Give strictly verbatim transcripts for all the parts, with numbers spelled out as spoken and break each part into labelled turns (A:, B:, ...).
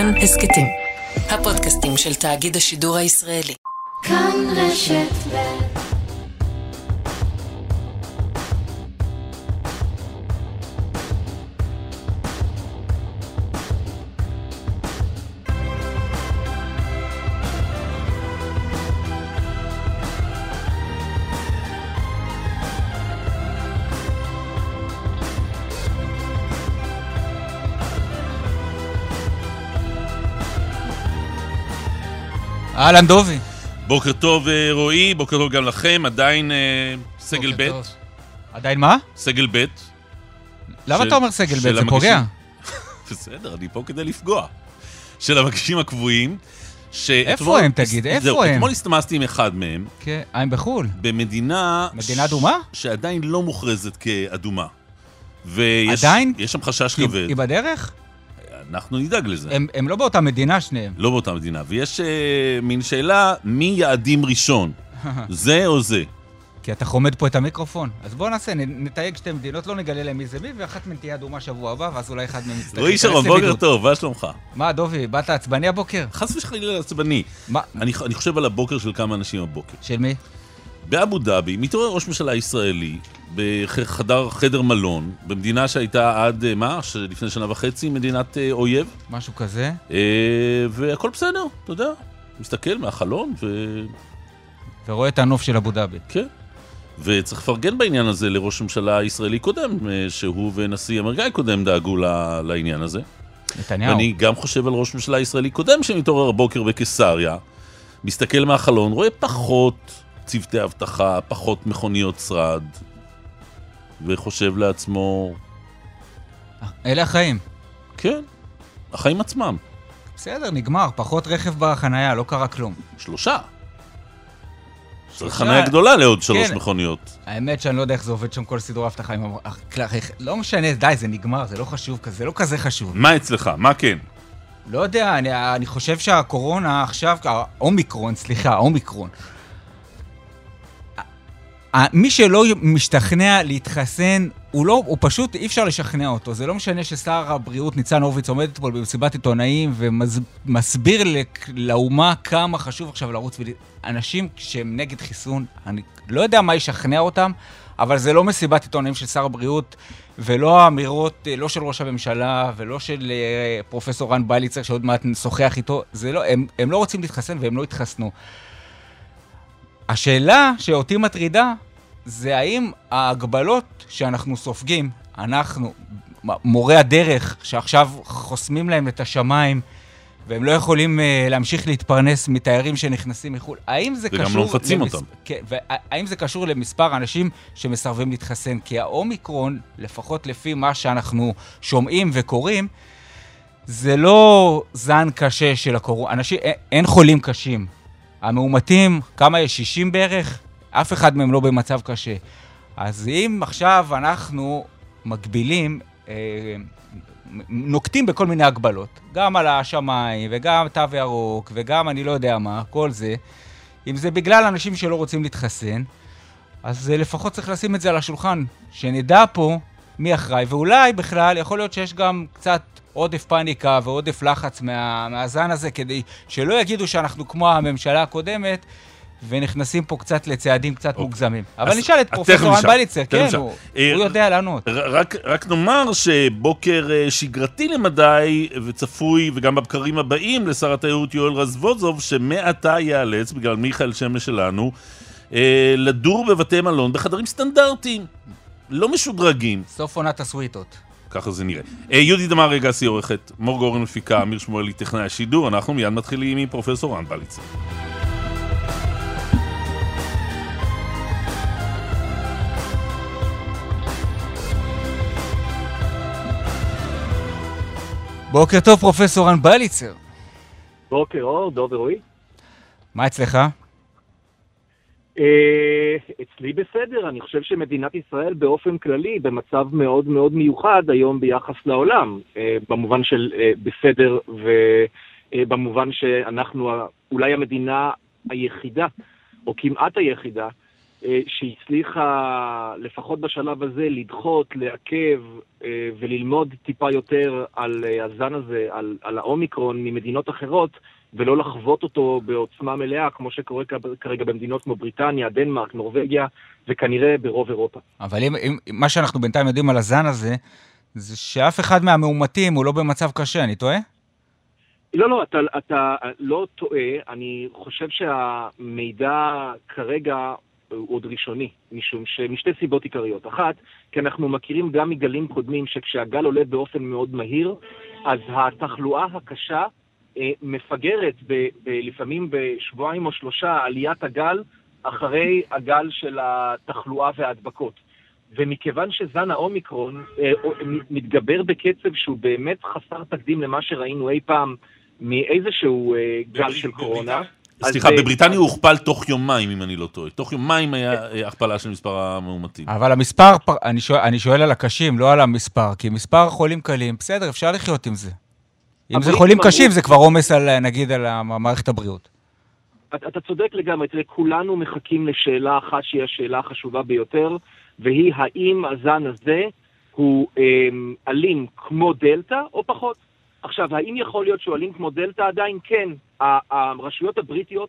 A: כאן הסקטים, הפודקאסטים של תאגיד השידור הישראלי. כאן רשת ב'.
B: אהלן דובי.
C: בוקר טוב רועי, בוקר טוב גם לכם, עדיין אה, סגל ב'.
B: עדיין מה?
C: סגל ב'.
B: למה אתה אומר סגל ב'? זה פוגע.
C: בסדר, אני פה כדי לפגוע. של המגישים הקבועים.
B: איפה הם תגיד? איפה הם?
C: אתמול הסתמסתי עם אחד מהם.
B: כן, הם בחול.
C: במדינה...
B: מדינה אדומה?
C: שעדיין לא מוכרזת כאדומה.
B: עדיין?
C: ויש שם חשש כבד.
B: היא בדרך?
C: אנחנו נדאג לזה.
B: הם, הם לא באותה מדינה שניהם.
C: לא באותה מדינה. ויש uh, מין שאלה, מי יעדים ראשון? זה או זה?
B: כי אתה חומד פה את המיקרופון. אז בואו נעשה, נתייג שתי מדינות, לא נגלה להם מי זה מי, ואחת מן תהיה אדומה שבוע הבא, ואז אולי אחד מהם יצטרך.
C: רועי שרון, בוקר טוב, מה שלומך?
B: מה, דובי, באת עצבני הבוקר?
C: חס וחלילה עצבני.
B: מה?
C: אני, אני חושב על הבוקר של כמה אנשים הבוקר.
B: של מי?
C: באבו דאבי, מתעורר ראש ממשלה ישראלי, בחדר חדר מלון, במדינה שהייתה עד, מה? לפני שנה וחצי, מדינת אה, אויב.
B: משהו כזה.
C: אה, והכל בסדר, אתה יודע. מסתכל מהחלון ו...
B: ורואה את הנוף של אבו דאבי.
C: כן. וצריך לפרגן בעניין הזה לראש ממשלה ישראלי קודם, שהוא ונשיא אמריקאי קודם דאגו לעניין הזה.
B: נתניהו.
C: ואני גם חושב על ראש ממשלה ישראלי קודם, שמתעורר הבוקר בקיסריה, מסתכל מהחלון, רואה פחות צוותי אבטחה, פחות מכוניות שרד, וחושב לעצמו...
B: אלה החיים.
C: כן, החיים עצמם.
B: בסדר, נגמר, פחות רכב בחנייה, לא קרה כלום.
C: שלושה. צריך חניה גדולה לעוד שלוש
B: כן.
C: מכוניות.
B: האמת שאני לא יודע איך זה עובד שם כל סידור האבטחה. לא משנה, די, זה נגמר, זה לא חשוב כזה, זה לא כזה חשוב.
C: מה אצלך? מה כן?
B: לא יודע, אני, אני חושב שהקורונה עכשיו, האומיקרון, סליחה, האומיקרון, מי שלא משתכנע להתחסן, הוא לא, הוא פשוט אי אפשר לשכנע אותו. זה לא משנה ששר הבריאות ניצן הורוביץ עומד פה במסיבת עיתונאים ומסביר לאומה כמה חשוב עכשיו לרוץ. אנשים שהם נגד חיסון, אני לא יודע מה ישכנע אותם, אבל זה לא מסיבת עיתונאים של שר הבריאות, ולא האמירות, לא של ראש הממשלה, ולא של פרופסור רן בליצר, שעוד מעט נשוחח איתו. זה לא, הם, הם לא רוצים להתחסן והם לא התחסנו. השאלה שאותי מטרידה זה האם ההגבלות שאנחנו סופגים, אנחנו, מורי הדרך שעכשיו חוסמים להם את השמיים והם לא יכולים uh, להמשיך להתפרנס מתיירים שנכנסים מחול, האם זה
C: וגם
B: קשור...
C: לא מפצים
B: למס...
C: אותם.
B: כן, והאם זה קשור למספר אנשים שמסרבים להתחסן? כי האומיקרון, לפחות לפי מה שאנחנו שומעים וקוראים, זה לא זן קשה של הקורונה. אנשים, אין חולים קשים. המאומתים, כמה יש? שישים בערך? אף אחד מהם לא במצב קשה. אז אם עכשיו אנחנו מגבילים, אה, נוקטים בכל מיני הגבלות, גם על השמיים וגם תו ירוק וגם אני לא יודע מה, כל זה, אם זה בגלל אנשים שלא רוצים להתחסן, אז לפחות צריך לשים את זה על השולחן, שנדע פה מי אחראי, ואולי בכלל יכול להיות שיש גם קצת עודף פאניקה ועודף לחץ מה, מהזן הזה, כדי שלא יגידו שאנחנו כמו הממשלה הקודמת, ונכנסים פה קצת לצעדים קצת מוגזמים. אבל נשאל את פרופסור רן בליצר, כן, הוא יודע לענות.
C: רק נאמר שבוקר שגרתי למדי וצפוי, וגם בבקרים הבאים לשר התיירות יואל רזבוזוב, שמעתה ייאלץ, בגלל מיכאל שמש שלנו, לדור בבתי מלון בחדרים סטנדרטיים, לא משודרגים.
B: סוף עונת הסוויטות.
C: ככה זה נראה. יהודית דמארי אגסי עורכת, מור גורן מפיקה, אמיר שמואלי טכנאי השידור. אנחנו מיד מתחילים עם פרופסור רן בליצר.
B: בוקר טוב, פרופסור רן בליצר.
D: בוקר אור, דוב ורועי.
B: מה אצלך?
D: אצלי בסדר, אני חושב שמדינת ישראל באופן כללי במצב מאוד מאוד מיוחד היום ביחס לעולם, במובן של בסדר ובמובן שאנחנו אולי המדינה היחידה, או כמעט היחידה, שהצליחה לפחות בשלב הזה לדחות, לעכב וללמוד טיפה יותר על הזן הזה, על, על האומיקרון ממדינות אחרות, ולא לחוות אותו בעוצמה מלאה, כמו שקורה כרגע במדינות כמו בריטניה, דנמרק, נורווגיה, וכנראה ברוב אירופה.
B: אבל אם, אם, מה שאנחנו בינתיים יודעים על הזן הזה, זה שאף אחד מהמאומתים הוא לא במצב קשה, אני טועה?
D: לא, לא, אתה, אתה לא טועה. אני חושב שהמידע כרגע הוא עוד ראשוני, משום שמשתי סיבות עיקריות. אחת, כי אנחנו מכירים גם מגלים קודמים שכשהגל עולה באופן מאוד מהיר, אז התחלואה הקשה אה, מפגרת ב, ב, לפעמים בשבועיים או שלושה עליית הגל אחרי הגל של התחלואה וההדבקות. ומכיוון שזן האומיקרון אה, מתגבר בקצב שהוא באמת חסר תקדים למה שראינו אי פעם מאיזשהו אה, גל של קורונה,
C: סליחה, בבריטניה הוא הוכפל תוך יומיים, אם אני לא טועה. תוך יומיים היה הכפלה של מספר המאומתים.
B: אבל המספר, אני שואל, אני שואל על הקשים, לא על המספר, כי מספר חולים קלים, בסדר, אפשר לחיות עם זה. אם זה חולים קשים, זה כבר עומס על, נגיד, על מערכת הבריאות.
D: אתה, אתה צודק לגמרי, תראה, כולנו מחכים לשאלה אחת שהיא השאלה החשובה ביותר, והיא האם הזן הזה הוא אמ, אלים כמו דלטה או פחות. עכשיו, האם יכול להיות שהוא אלים כמו דלטה? עדיין כן. הרשויות הבריטיות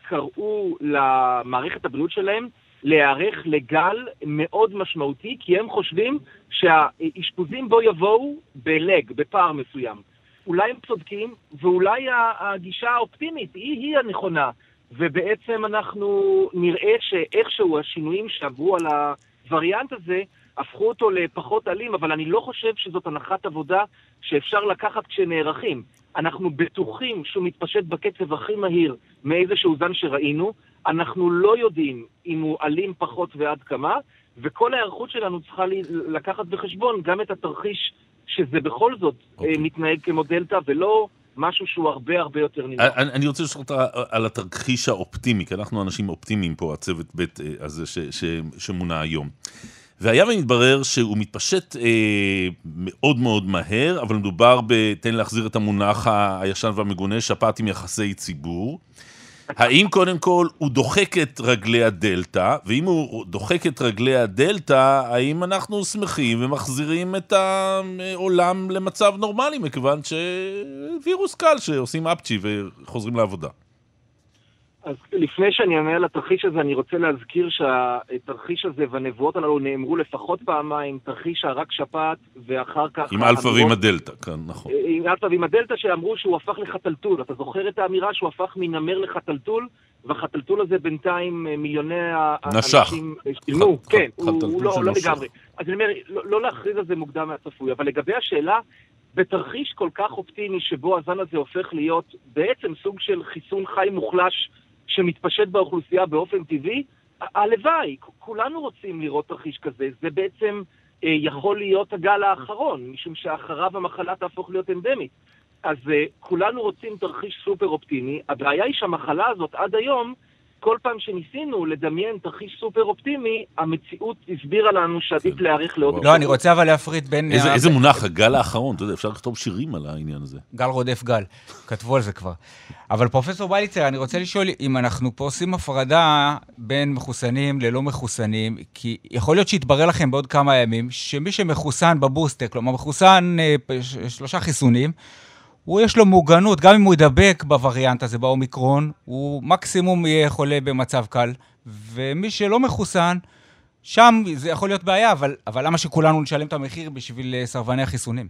D: קראו למערכת הבריאות שלהם להיערך לגל מאוד משמעותי, כי הם חושבים שהאשפוזים בו יבואו בלג, בפער מסוים. אולי הם צודקים, ואולי הגישה האופטימית היא היא הנכונה, ובעצם אנחנו נראה שאיכשהו השינויים שעברו על הווריאנט הזה הפכו אותו לפחות אלים, אבל אני לא חושב שזאת הנחת עבודה שאפשר לקחת כשנערכים. אנחנו בטוחים שהוא מתפשט בקצב הכי מהיר מאיזשהו זן שראינו, אנחנו לא יודעים אם הוא אלים פחות ועד כמה, וכל ההיערכות שלנו צריכה לקחת בחשבון גם את התרחיש שזה בכל זאת okay. מתנהג כמו דלטה, ולא משהו שהוא הרבה הרבה יותר נראה.
C: אני, אני רוצה לשאול אותה על התרחיש האופטימי, כי אנחנו אנשים אופטימיים פה, הצוות בית הזה ש, ש, שמונה היום. והיה ומתברר שהוא מתפשט אה, מאוד מאוד מהר, אבל מדובר בתן להחזיר את המונח הישן והמגונה, שפעת עם יחסי ציבור. האם קודם כל הוא דוחק את רגלי הדלטה, ואם הוא דוחק את רגלי הדלטה, האם אנחנו שמחים ומחזירים את העולם למצב נורמלי, מכיוון שווירוס קל שעושים אפצ'י וחוזרים לעבודה?
D: אז לפני שאני אענה על התרחיש הזה, אני רוצה להזכיר שהתרחיש הזה והנבואות הללו נאמרו לפחות פעמיים, תרחיש הרק שפעת, ואחר כך...
C: עם אלפא ועם הדלטה, כן, נכון.
D: עם אלפא ועם הדלתא שאמרו שהוא הפך לחתלתול. אתה זוכר את האמירה שהוא הפך מנמר לחתלתול, והחתלתול הזה בינתיים מיליוני האנשים שילמו. כן, הוא לא לגמרי. אז אני אומר, לא להכריז על זה מוקדם מהצפוי, אבל לגבי השאלה, בתרחיש כל כך אופטימי שבו הזן הזה הופך להיות בעצם סוג של חיסון חי מוחלש, שמתפשט באוכלוסייה באופן טבעי, הלוואי, כולנו רוצים לראות תרחיש כזה, זה בעצם אה, יכול להיות הגל האחרון, משום שאחריו המחלה תהפוך להיות אנדמית. אז אה, כולנו רוצים תרחיש סופר אופטימי, הבעיה היא שהמחלה הזאת עד היום, כל פעם שניסינו לדמיין תרחיש סופר אופטימי, המציאות הסבירה לנו שעדיף להאריך לעוד...
B: לא, אני רוצה אבל להפריד בין...
C: איזה מונח, הגל האחרון, אתה יודע, אפשר לכתוב שירים על העניין הזה.
B: גל רודף גל, כתבו על זה כבר. אבל פרופסור בליצר, אני רוצה לשאול אם אנחנו פה עושים הפרדה בין מחוסנים ללא מחוסנים, כי יכול להיות שיתברר לכם בעוד כמה ימים, שמי שמחוסן בבוסטר, כלומר מחוסן שלושה חיסונים, הוא יש לו מוגנות, גם אם הוא ידבק בווריאנט הזה, באומיקרון, הוא מקסימום יהיה חולה במצב קל, ומי שלא מחוסן, שם זה יכול להיות בעיה, אבל, אבל למה שכולנו נשלם את המחיר בשביל סרבני החיסונים?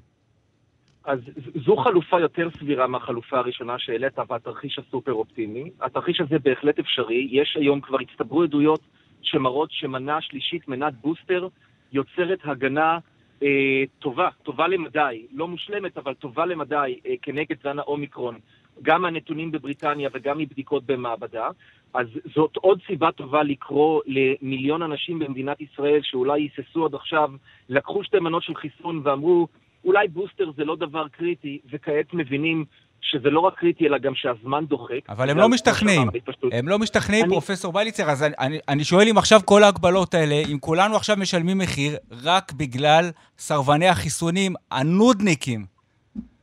D: אז זו חלופה יותר סבירה מהחלופה הראשונה שהעלית, והתרחיש הסופר אופטימי. התרחיש הזה בהחלט אפשרי, יש היום כבר הצטברו עדויות שמראות שמנה שלישית, מנת בוסטר, יוצרת הגנה אה, טובה, טובה למדי, לא מושלמת, אבל טובה למדי אה, כנגד זן האומיקרון, גם הנתונים בבריטניה וגם מבדיקות במעבדה. אז זאת עוד סיבה טובה לקרוא למיליון אנשים במדינת ישראל שאולי ייססו עד עכשיו, לקחו שתי מנות של חיסון ואמרו, אולי בוסטר זה לא דבר קריטי, וכעת מבינים שזה לא רק קריטי, אלא גם שהזמן דוחק.
B: אבל הם לא משתכנעים. הם לא משתכנעים, פרופסור בליצר, אז אני, אני שואל אם עכשיו כל ההגבלות האלה, אם כולנו עכשיו משלמים מחיר, רק בגלל סרבני החיסונים הנודניקים.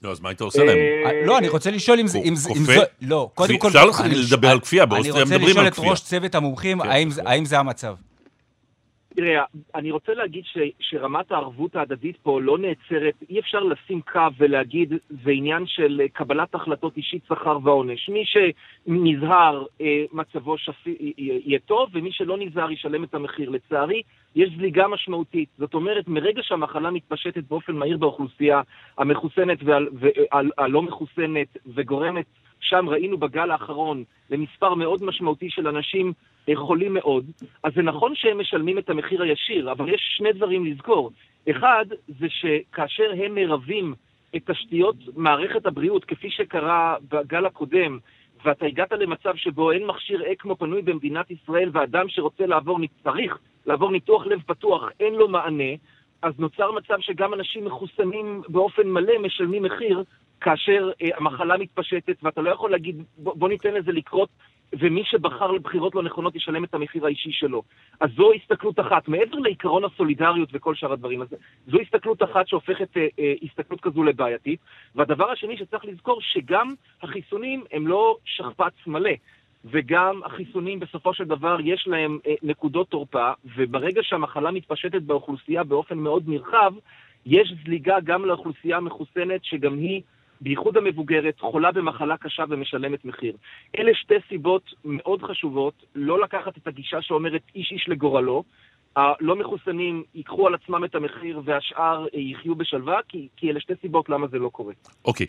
C: לא, אז מה היית עושה להם?
B: לא, אני רוצה לשאול אם זה...
C: כופה?
B: לא, קודם כל...
C: אפשר לך לדבר על כפייה, באוסטריה מדברים על כפייה.
B: אני רוצה לשאול את ראש צוות המומחים, האם זה המצב?
D: תראה, אני רוצה להגיד ש, שרמת הערבות ההדדית פה לא נעצרת, אי אפשר לשים קו ולהגיד, זה עניין של קבלת החלטות אישית שכר ועונש. מי שנזהר מצבו שפי, יהיה טוב, ומי שלא נזהר ישלם את המחיר. לצערי, יש זליגה משמעותית. זאת אומרת, מרגע שהמחלה מתפשטת באופן מהיר באוכלוסייה המחוסנת והלא מחוסנת וגורמת, שם ראינו בגל האחרון למספר מאוד משמעותי של אנשים חולים מאוד, אז זה נכון שהם משלמים את המחיר הישיר, אבל יש שני דברים לזכור. אחד, זה שכאשר הם מרבים את תשתיות מערכת הבריאות, כפי שקרה בגל הקודם, ואתה הגעת למצב שבו אין מכשיר אקמו פנוי במדינת ישראל, ואדם שרוצה לעבור, צריך לעבור ניתוח לב פתוח, אין לו מענה, אז נוצר מצב שגם אנשים מחוסנים באופן מלא משלמים מחיר, כאשר אה, המחלה מתפשטת, ואתה לא יכול להגיד, בוא, בוא ניתן לזה לקרות, ומי שבחר לבחירות לא נכונות ישלם את המחיר האישי שלו. אז זו הסתכלות אחת, מעבר לעיקרון הסולידריות וכל שאר הדברים הזה, זו הסתכלות אחת שהופכת אה, אה, הסתכלות כזו לבעייתית, והדבר השני שצריך לזכור שגם החיסונים הם לא שכפ"ץ מלא, וגם החיסונים בסופו של דבר יש להם אה, נקודות תורפה, וברגע שהמחלה מתפשטת באוכלוסייה באופן מאוד נרחב, יש זליגה גם לאוכלוסייה המחוסנת שגם היא בייחוד המבוגרת, חולה במחלה קשה ומשלמת מחיר. אלה שתי סיבות מאוד חשובות, לא לקחת את הגישה שאומרת איש איש לגורלו, הלא מחוסנים ייקחו על עצמם את המחיר והשאר יחיו בשלווה, כי, כי אלה שתי סיבות למה זה לא קורה.
C: אוקיי,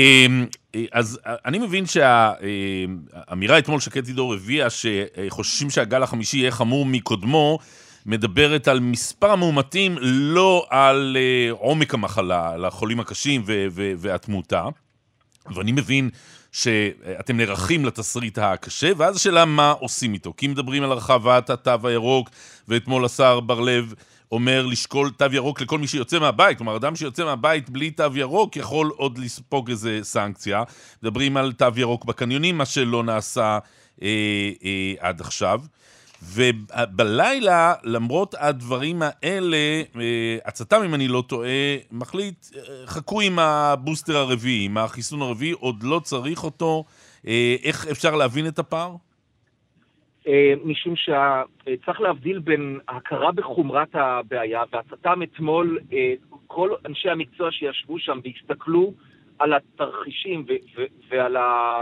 C: אז אני מבין שהאמירה אתמול שקטי דור הביאה שחוששים שהגל החמישי יהיה חמור מקודמו, מדברת על מספר המאומתים, לא על uh, עומק המחלה, על החולים הקשים ו- ו- והתמותה. ואני מבין שאתם נערכים לתסריט הקשה, ואז השאלה מה עושים איתו. כי מדברים על הרחבת התו הירוק, ואתמול השר בר לב אומר לשקול תו ירוק לכל מי שיוצא מהבית. כלומר, אדם שיוצא מהבית בלי תו ירוק יכול עוד לספוג איזה סנקציה. מדברים על תו ירוק בקניונים, מה שלא נעשה אה, אה, עד עכשיו. ובלילה, למרות הדברים האלה, הצט"ם, אם אני לא טועה, מחליט, חכו עם הבוסטר הרביעי, עם החיסון הרביעי, עוד לא צריך אותו. איך אפשר להבין את הפער?
D: משום שצריך להבדיל בין ההכרה בחומרת הבעיה, והצט"ם אתמול, כל אנשי המקצוע שישבו שם והסתכלו על התרחישים ועל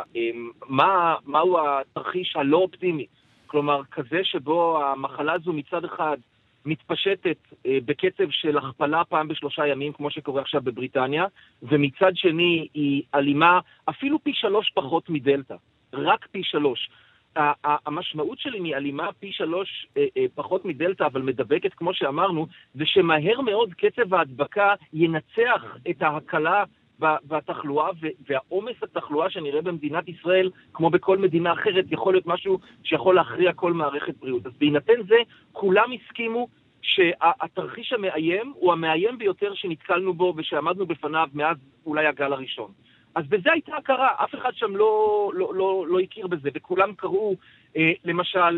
D: מה, מהו התרחיש הלא אופטימי. כלומר, כזה שבו המחלה הזו מצד אחד מתפשטת אה, בקצב של הכפלה פעם בשלושה ימים, כמו שקורה עכשיו בבריטניה, ומצד שני היא אלימה אפילו פי שלוש פחות מדלטה, רק פי שלוש. המשמעות שלי מאלימה פי שלוש אה, אה, פחות מדלטה, אבל מדבקת, כמו שאמרנו, זה שמהר מאוד קצב ההדבקה ינצח את ההקלה בתחלואה, והעומס התחלואה שנראה במדינת ישראל, כמו בכל מדינה אחרת, יכול להיות משהו שיכול להכריע כל מערכת בריאות. אז בהינתן זה, כולם הסכימו שהתרחיש המאיים הוא המאיים ביותר שנתקלנו בו ושעמדנו בפניו מאז אולי הגל הראשון. אז בזה הייתה הכרה, אף אחד שם לא, לא, לא, לא הכיר בזה, וכולם קראו אה, למשל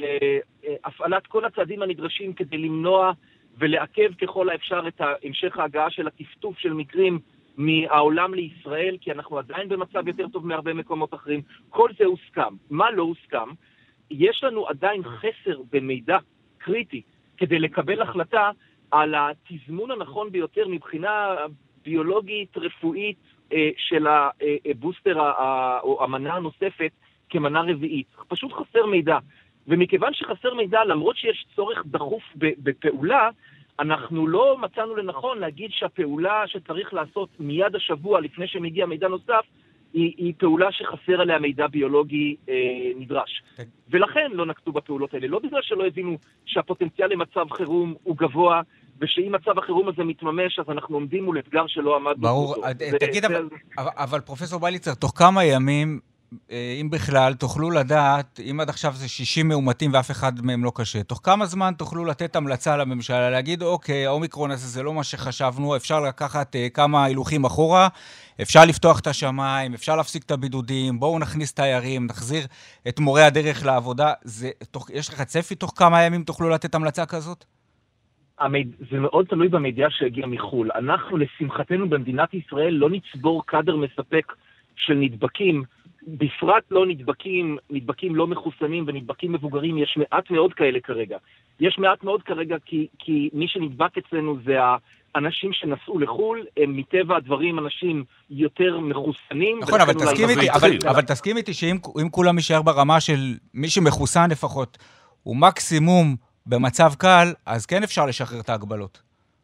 D: להפעלת כל הצעדים הנדרשים כדי למנוע ולעכב ככל האפשר את המשך ההגעה של הטפטוף של מקרים מהעולם לישראל, כי אנחנו עדיין במצב יותר טוב מהרבה מקומות אחרים. כל זה הוסכם. מה לא הוסכם? יש לנו עדיין חסר במידע קריטי כדי לקבל החלטה על התזמון הנכון ביותר מבחינה ביולוגית, רפואית, של הבוסטר או המנה הנוספת כמנה רביעית. פשוט חסר מידע. ומכיוון שחסר מידע, למרות שיש צורך דחוף בפעולה, אנחנו לא מצאנו לנכון להגיד שהפעולה שצריך לעשות מיד השבוע לפני שמגיע מידע נוסף, היא, היא פעולה שחסר עליה מידע ביולוגי אה, נדרש. ולכן לא נקטו בפעולות האלה. לא בגלל שלא הבינו שהפוטנציאל למצב חירום הוא גבוה, ושאם מצב החירום הזה מתממש, אז אנחנו עומדים מול אתגר שלא עמדנו.
B: ברור, תגיד, אבל, אבל פרופסור בליצר, תוך כמה ימים, אם בכלל, תוכלו לדעת, אם עד עכשיו זה שישים מאומתים ואף אחד מהם לא קשה, תוך כמה זמן תוכלו לתת המלצה לממשלה, להגיד, אוקיי, האומיקרון הזה זה לא מה שחשבנו, אפשר לקחת אה, כמה הילוכים אחורה, אפשר לפתוח את השמיים, אפשר להפסיק את הבידודים, בואו נכניס תיירים, נחזיר את מורי הדרך לעבודה. זה, תוך, יש לך צפי תוך כמה ימים תוכלו לתת המלצה כזאת?
D: זה מאוד תלוי במידע שהגיע מחול. אנחנו, לשמחתנו במדינת ישראל, לא נצבור קדר מספק של נדבקים, בפרט לא נדבקים, נדבקים לא מחוסנים ונדבקים מבוגרים, יש מעט מאוד כאלה כרגע. יש מעט מאוד כרגע כי, כי מי שנדבק אצלנו זה האנשים שנסעו לחול, הם מטבע הדברים אנשים יותר מחוסנים.
B: נכון, אבל תסכים איתי, אבל, אבל תסכים איתי שאם אם כולם יישאר ברמה של מי שמחוסן לפחות, הוא מקסימום במצב קל, אז כן אפשר לשחרר את ההגבלות.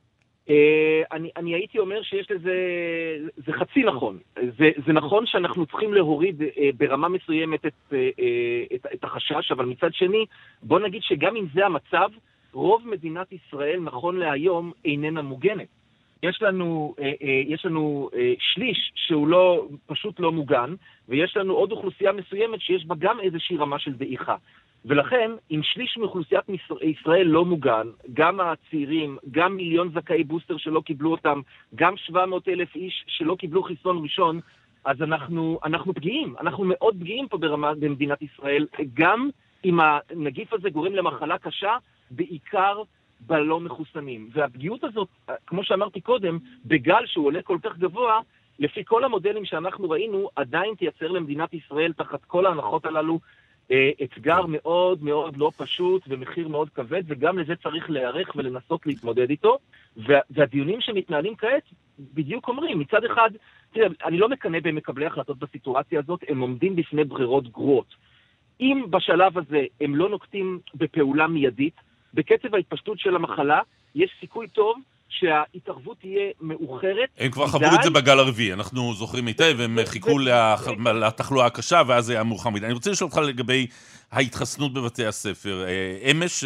D: אני, אני הייתי אומר שיש לזה, זה חצי נכון. זה, זה נכון שאנחנו צריכים להוריד ברמה מסוימת את, את, את החשש, אבל מצד שני, בוא נגיד שגם אם זה המצב, רוב מדינת ישראל נכון להיום איננה מוגנת. יש לנו, יש לנו שליש שהוא לא, פשוט לא מוגן, ויש לנו עוד אוכלוסייה מסוימת שיש בה גם איזושהי רמה של דעיכה. ולכן, אם שליש מאוכלוסיית ישראל לא מוגן, גם הצעירים, גם מיליון זכאי בוסטר שלא קיבלו אותם, גם שבע מאות אלף איש שלא קיבלו חיסון ראשון, אז אנחנו, אנחנו פגיעים, אנחנו מאוד פגיעים פה ברמה במדינת ישראל, גם אם הנגיף הזה גורם למחלה קשה, בעיקר בלא מחוסנים. והפגיעות הזאת, כמו שאמרתי קודם, בגל שהוא עולה כל כך גבוה, לפי כל המודלים שאנחנו ראינו, עדיין תייצר למדינת ישראל תחת כל ההנחות הללו, אתגר מאוד מאוד לא פשוט ומחיר מאוד כבד, וגם לזה צריך להיערך ולנסות להתמודד איתו. והדיונים שמתנהלים כעת בדיוק אומרים, מצד אחד, תראה, אני לא מקנה במקבלי החלטות בסיטואציה הזאת, הם עומדים בפני ברירות גרועות. אם בשלב הזה הם לא נוקטים בפעולה מיידית, בקצב ההתפשטות של המחלה, יש סיכוי טוב שההתערבות תהיה מאוחרת.
C: הם כבר חוו את זה בגל הרביעי, אנחנו זוכרים היטב, הם חיכו לתחלואה הקשה, ואז זה היה מאוחר מדי. אני רוצה לשאול אותך לגבי ההתחסנות בבתי הספר. אמש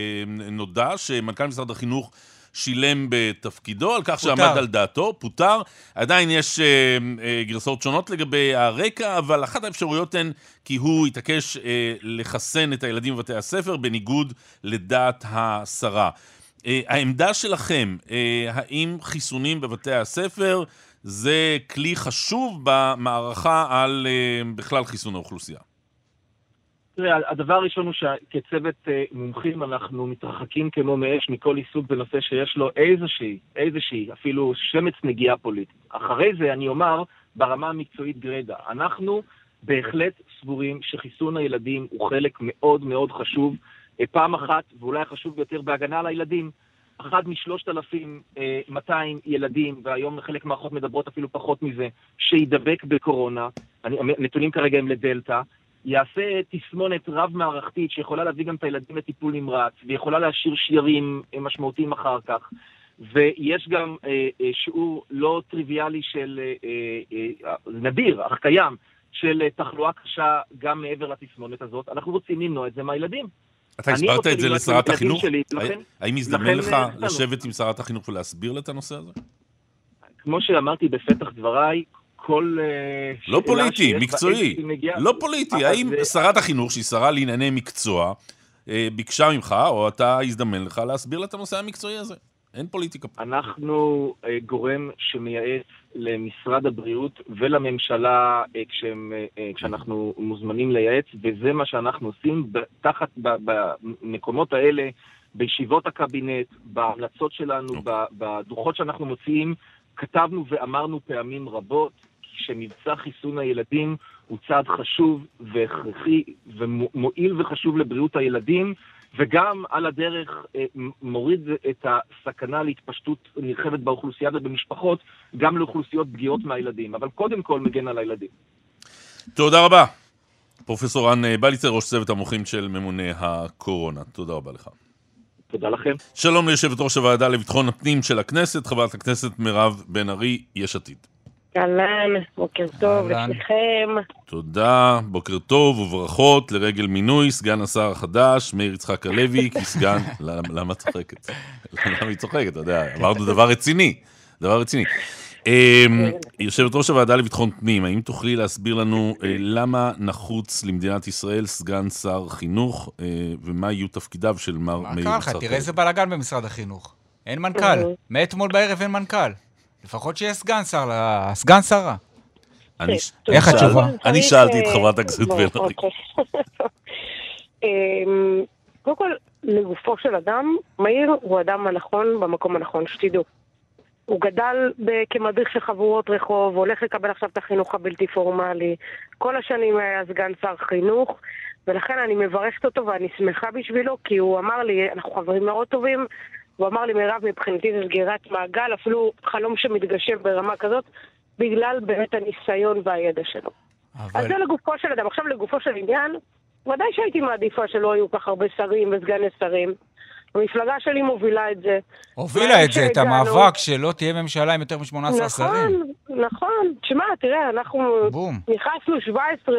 C: נודע שמנכ"ל משרד החינוך שילם בתפקידו על כך שעמד על דעתו, פוטר. עדיין יש גרסאות שונות לגבי הרקע, אבל אחת האפשרויות הן כי הוא התעקש לחסן את הילדים בבתי הספר, בניגוד לדעת השרה. העמדה שלכם, האם חיסונים בבתי הספר זה כלי חשוב במערכה על בכלל חיסון האוכלוסייה?
D: תראה, הדבר הראשון הוא שכצוות מומחים אנחנו מתרחקים כמו מאש מכל עיסוק בנושא שיש לו איזושהי, איזושהי, אפילו שמץ נגיעה פוליטית. אחרי זה אני אומר ברמה המקצועית גרידא, אנחנו בהחלט סבורים שחיסון הילדים הוא חלק מאוד מאוד חשוב, פעם אחת, ואולי חשוב ביותר בהגנה על הילדים, אחד משלושת אלפים מאתיים ילדים, והיום חלק מהאחות מדברות אפילו פחות מזה, שידבק בקורונה, נתונים כרגע הם לדלטה, יעשה תסמונת רב-מערכתית שיכולה להביא גם את הילדים לטיפול נמרץ, ויכולה להשאיר שיירים משמעותיים אחר כך, ויש גם שיעור לא טריוויאלי של נדיר, אך קיים, של תחלואה קשה גם מעבר לתסמונת הזאת. אנחנו רוצים למנוע את זה מהילדים.
C: אתה הסברת את זה לשרת החינוך? האם הזדמן לך לשבת עם שרת החינוך ולהסביר את הנושא הזה?
D: כמו שאמרתי בפתח דבריי, כל...
C: לא פוליטי, מקצועי. לא פוליטי. האם שרת החינוך, שהיא שרה לענייני מקצוע, ביקשה ממך, או אתה הזדמן לך להסביר את הנושא המקצועי הזה? אין פוליטיקה.
D: אנחנו גורם שמייעץ למשרד הבריאות ולממשלה כשהם, כשאנחנו מוזמנים לייעץ, וזה מה שאנחנו עושים תחת, במקומות האלה, בישיבות הקבינט, בהמלצות שלנו, בדוחות שאנחנו מוציאים, כתבנו ואמרנו פעמים רבות, שמבצע חיסון הילדים הוא צעד חשוב והכרחי ומועיל וחשוב לבריאות הילדים, וגם על הדרך מוריד את הסכנה להתפשטות נרחבת באוכלוסייה ובמשפחות, גם לאוכלוסיות פגיעות מהילדים, אבל קודם כל מגן על הילדים.
C: תודה רבה. פרופסור רן בליצר, ראש צוות המוחים של ממונה הקורונה. תודה רבה לך.
D: תודה לכם.
C: שלום ליושבת ראש הוועדה לביטחון הפנים של הכנסת, חברת הכנסת מירב בן ארי, יש עתיד.
E: אהלן, בוקר טוב לכם.
C: תודה, בוקר טוב וברכות לרגל מינוי סגן השר החדש, מאיר יצחק הלוי, כסגן, למה צוחקת? למה היא צוחקת, אתה יודע, אמרנו דבר רציני, דבר רציני. יושבת ראש הוועדה לביטחון פנים, האם תוכלי להסביר לנו למה נחוץ למדינת ישראל סגן שר חינוך, ומה יהיו תפקידיו של מר מאיר יצחק הלוי?
B: תראה איזה בלגן במשרד החינוך, אין מנכ"ל, מאתמול בערב אין מנכ"ל. לפחות שיהיה סגן שר, סגן שרה. איך התשובה?
C: אני שאלתי את חברת הכנסת בן ארי.
E: קודם כל, לגופו של אדם, מאיר הוא אדם הנכון במקום הנכון, שתדעו. הוא גדל כמדריך של חבורות רחוב, הולך לקבל עכשיו את החינוך הבלתי פורמלי. כל השנים היה סגן שר חינוך, ולכן אני מברכת אותו ואני שמחה בשבילו, כי הוא אמר לי, אנחנו חברים מאוד טובים, הוא אמר לי, מירב, מבחינתי זה סגירת מעגל, אפילו חלום שמתגשם ברמה כזאת, בגלל באמת הניסיון והידע שלו. אבל... אז זה לגופו של אדם. עכשיו לגופו של עניין, ודאי שהייתי מעדיפה שלא היו כך הרבה שרים וסגני שרים. המפלגה שלי מובילה את זה.
B: הובילה את זה, את המאבק שלא תהיה ממשלה עם יותר מ-שמונה עשרה שרים.
E: נכון, נכון. תשמע, תראה, אנחנו נכנסנו שבע עשרה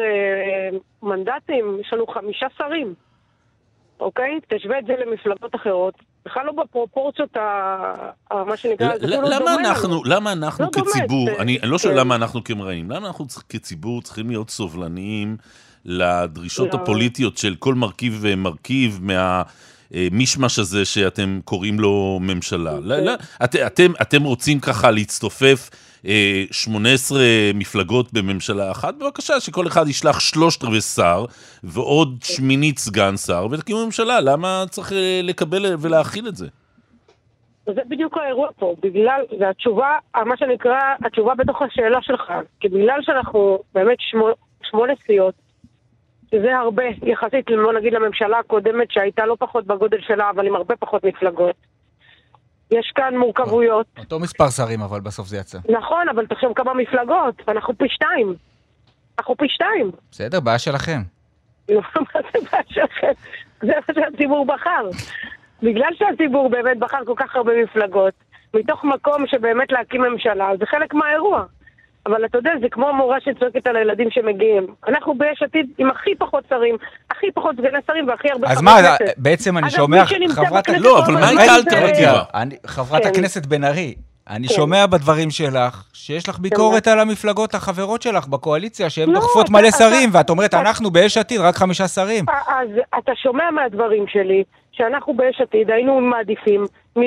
E: מנדטים, יש לנו חמישה שרים. אוקיי? תשווה את זה למפלגות אחרות. בכלל לא בפרופורציות, מה שנקרא, זה לא דומה לנו.
C: למה אנחנו כציבור, אני לא שואל למה אנחנו כמראים, למה אנחנו כציבור צריכים להיות סובלניים לדרישות הפוליטיות של כל מרכיב ומרכיב מה... מישמש הזה שאתם קוראים לו ממשלה. אתם, אתם רוצים ככה להצטופף שמונה עשרה מפלגות בממשלה אחת? בבקשה, שכל אחד ישלח שלושת רבעי שר ועוד שמינית סגן שר ותקימו ממשלה. למה צריך לקבל ולהכיל את זה?
E: זה בדיוק האירוע פה. בגלל, זה התשובה, מה שנקרא, התשובה בתוך השאלה שלך. כי בגלל שאנחנו באמת שמונה סיעות, שזה הרבה, יחסית, לא נגיד לממשלה הקודמת שהייתה לא פחות בגודל שלה, אבל עם הרבה פחות מפלגות. יש כאן מורכבויות.
B: אותו מספר שרים, אבל בסוף זה יצא.
E: נכון, אבל תחשוב כמה מפלגות, אנחנו פי שתיים. אנחנו פי שתיים.
B: בסדר, בעיה שלכם.
E: לא, מה זה בעיה שלכם? זה מה שהציבור בחר. בגלל שהציבור באמת בחר כל כך הרבה מפלגות, מתוך מקום שבאמת להקים ממשלה, זה חלק מהאירוע. אבל אתה יודע, זה כמו המורה שצועקת על הילדים שמגיעים. אנחנו ביש עתיד עם הכי פחות שרים, הכי פחות סגני שרים והכי הרבה חברי כנסת.
B: אז מה, בעצם אני שומע...
C: חברת... לא, אבל מה הייתה אלטרנטיבה?
B: חברת הכנסת בן ארי, אני שומע בדברים שלך, שיש לך ביקורת על המפלגות החברות שלך בקואליציה, שהן דוחפות מלא שרים, ואת אומרת, אנחנו ביש עתיד רק חמישה שרים.
E: אז אתה שומע מהדברים שלי, שאנחנו ביש עתיד היינו מעדיפים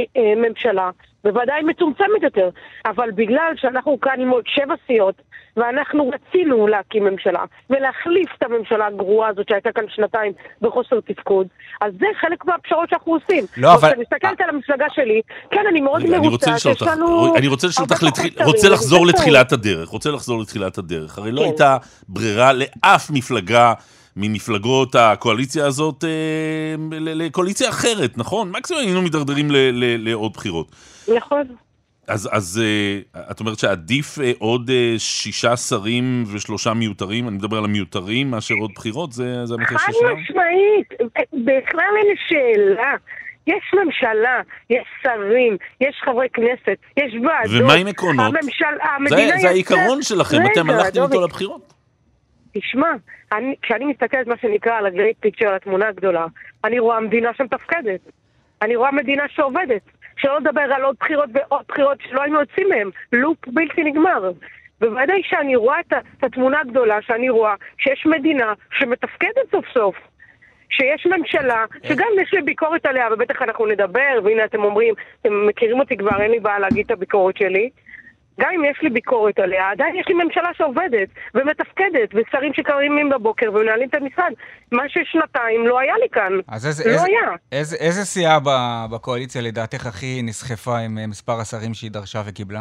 E: ממשלה, בוודאי מצומצמת יותר, אבל בגלל שאנחנו כאן עם עוד שבע סיעות, ואנחנו רצינו להקים ממשלה, ולהחליף את הממשלה הגרועה הזאת שהייתה כאן שנתיים בחוסר תפקוד, אז זה חלק מהפשרות שאנחנו עושים.
B: לא, אבל...
E: כשאני מסתכלת על המפלגה שלי, כן, אני מאוד מרוצה, שיש לנו...
C: אני רוצה לשאול אותך, רוצה לחזור לתחילת הדרך, רוצה לחזור לתחילת הדרך. הרי לא הייתה ברירה לאף מפלגה, ממפלגות הקואליציה הזאת לקואליציה אחרת, נכון? מקסימום היינו מדרדרים לעוד בחירות.
E: נכון.
C: אז, אז את אומרת שעדיף עוד שישה שרים ושלושה מיותרים, אני מדבר על המיותרים, מאשר עוד בחירות, זה, זה המקרה שלנו?
E: חד משמעית, בכלל אין שאלה. יש ממשלה, יש שרים, יש חברי כנסת, יש ועדות.
C: ומה עם עקרונות? הממשל, זה, זה העיקרון שלכם, אתם הלכתם איתו לבחירות.
E: תשמע, אני, כשאני מסתכלת מה שנקרא על הגרייט פיקצ'ר, על התמונה הגדולה, אני רואה מדינה שמתפקדת. אני רואה מדינה שעובדת. שלא לדבר על עוד בחירות ועוד בחירות שלא היינו יוצאים מהם. לופ בלתי נגמר. בוודאי שאני רואה את, את התמונה הגדולה, שאני רואה שיש מדינה שמתפקדת סוף סוף. שיש ממשלה, שגם יש לי ביקורת עליה, ובטח אנחנו נדבר, והנה אתם אומרים, אתם מכירים אותי כבר, אין לי בעיה להגיד את הביקורת שלי. גם אם יש לי ביקורת עליה, עדיין יש לי ממשלה שעובדת ומתפקדת, ושרים שקרימים בבוקר ומנהלים את המשרד. מה ששנתיים לא היה לי כאן.
B: אז איזה,
E: לא
B: איזה,
E: היה.
B: איזה, איזה סיעה בקואליציה לדעתך הכי נסחפה עם מספר השרים שהיא דרשה וקיבלה?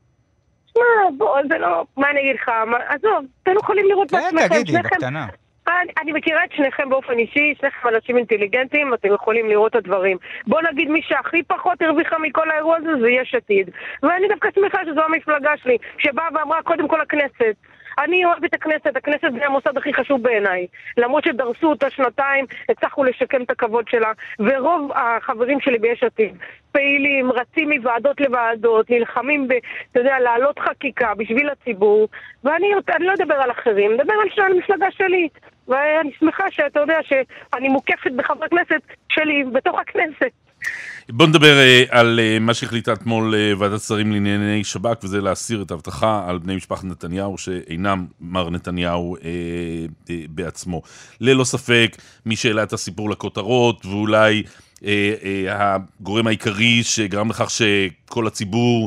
E: מה, בוא, זה לא, מה אני אגיד לך? מה, עזוב, אתם יכולים לראות
B: כן,
E: בעצמכם.
B: תגידי,
E: שניכם,
B: בקטנה.
E: אני, אני מכירה את שניכם באופן אישי, שניכם אנשים אינטליגנטים, אתם יכולים לראות את הדברים. בוא נגיד מי שהכי פחות הרוויחה מכל האירוע הזה, זה יש עתיד. ואני דווקא שמחה שזו המפלגה שלי, שבאה ואמרה קודם כל הכנסת. אני אוהב את הכנסת, הכנסת זה המוסד הכי חשוב בעיניי. למרות שדרסו אותה שנתיים, הצלחנו לשקם את הכבוד שלה, ורוב החברים שלי ביש עתיד פעילים, רצים מוועדות לוועדות, נלחמים ב, אתה יודע, לעלות חקיקה בשביל הציבור, ואני אני לא אדבר על אחרים, מדבר על המפלגה שלי. ואני שמחה שאתה יודע שאני מוקפת בחברי כנסת שלי בתוך הכנסת.
C: בוא נדבר uh, על uh, מה שהחליטה אתמול uh, ועדת שרים לענייני שב"כ, וזה להסיר את ההבטחה על בני משפחת נתניהו שאינם מר נתניהו uh, uh, בעצמו. ללא ספק, מי שאלה את הסיפור לכותרות, ואולי uh, uh, הגורם העיקרי שגרם לכך שכל הציבור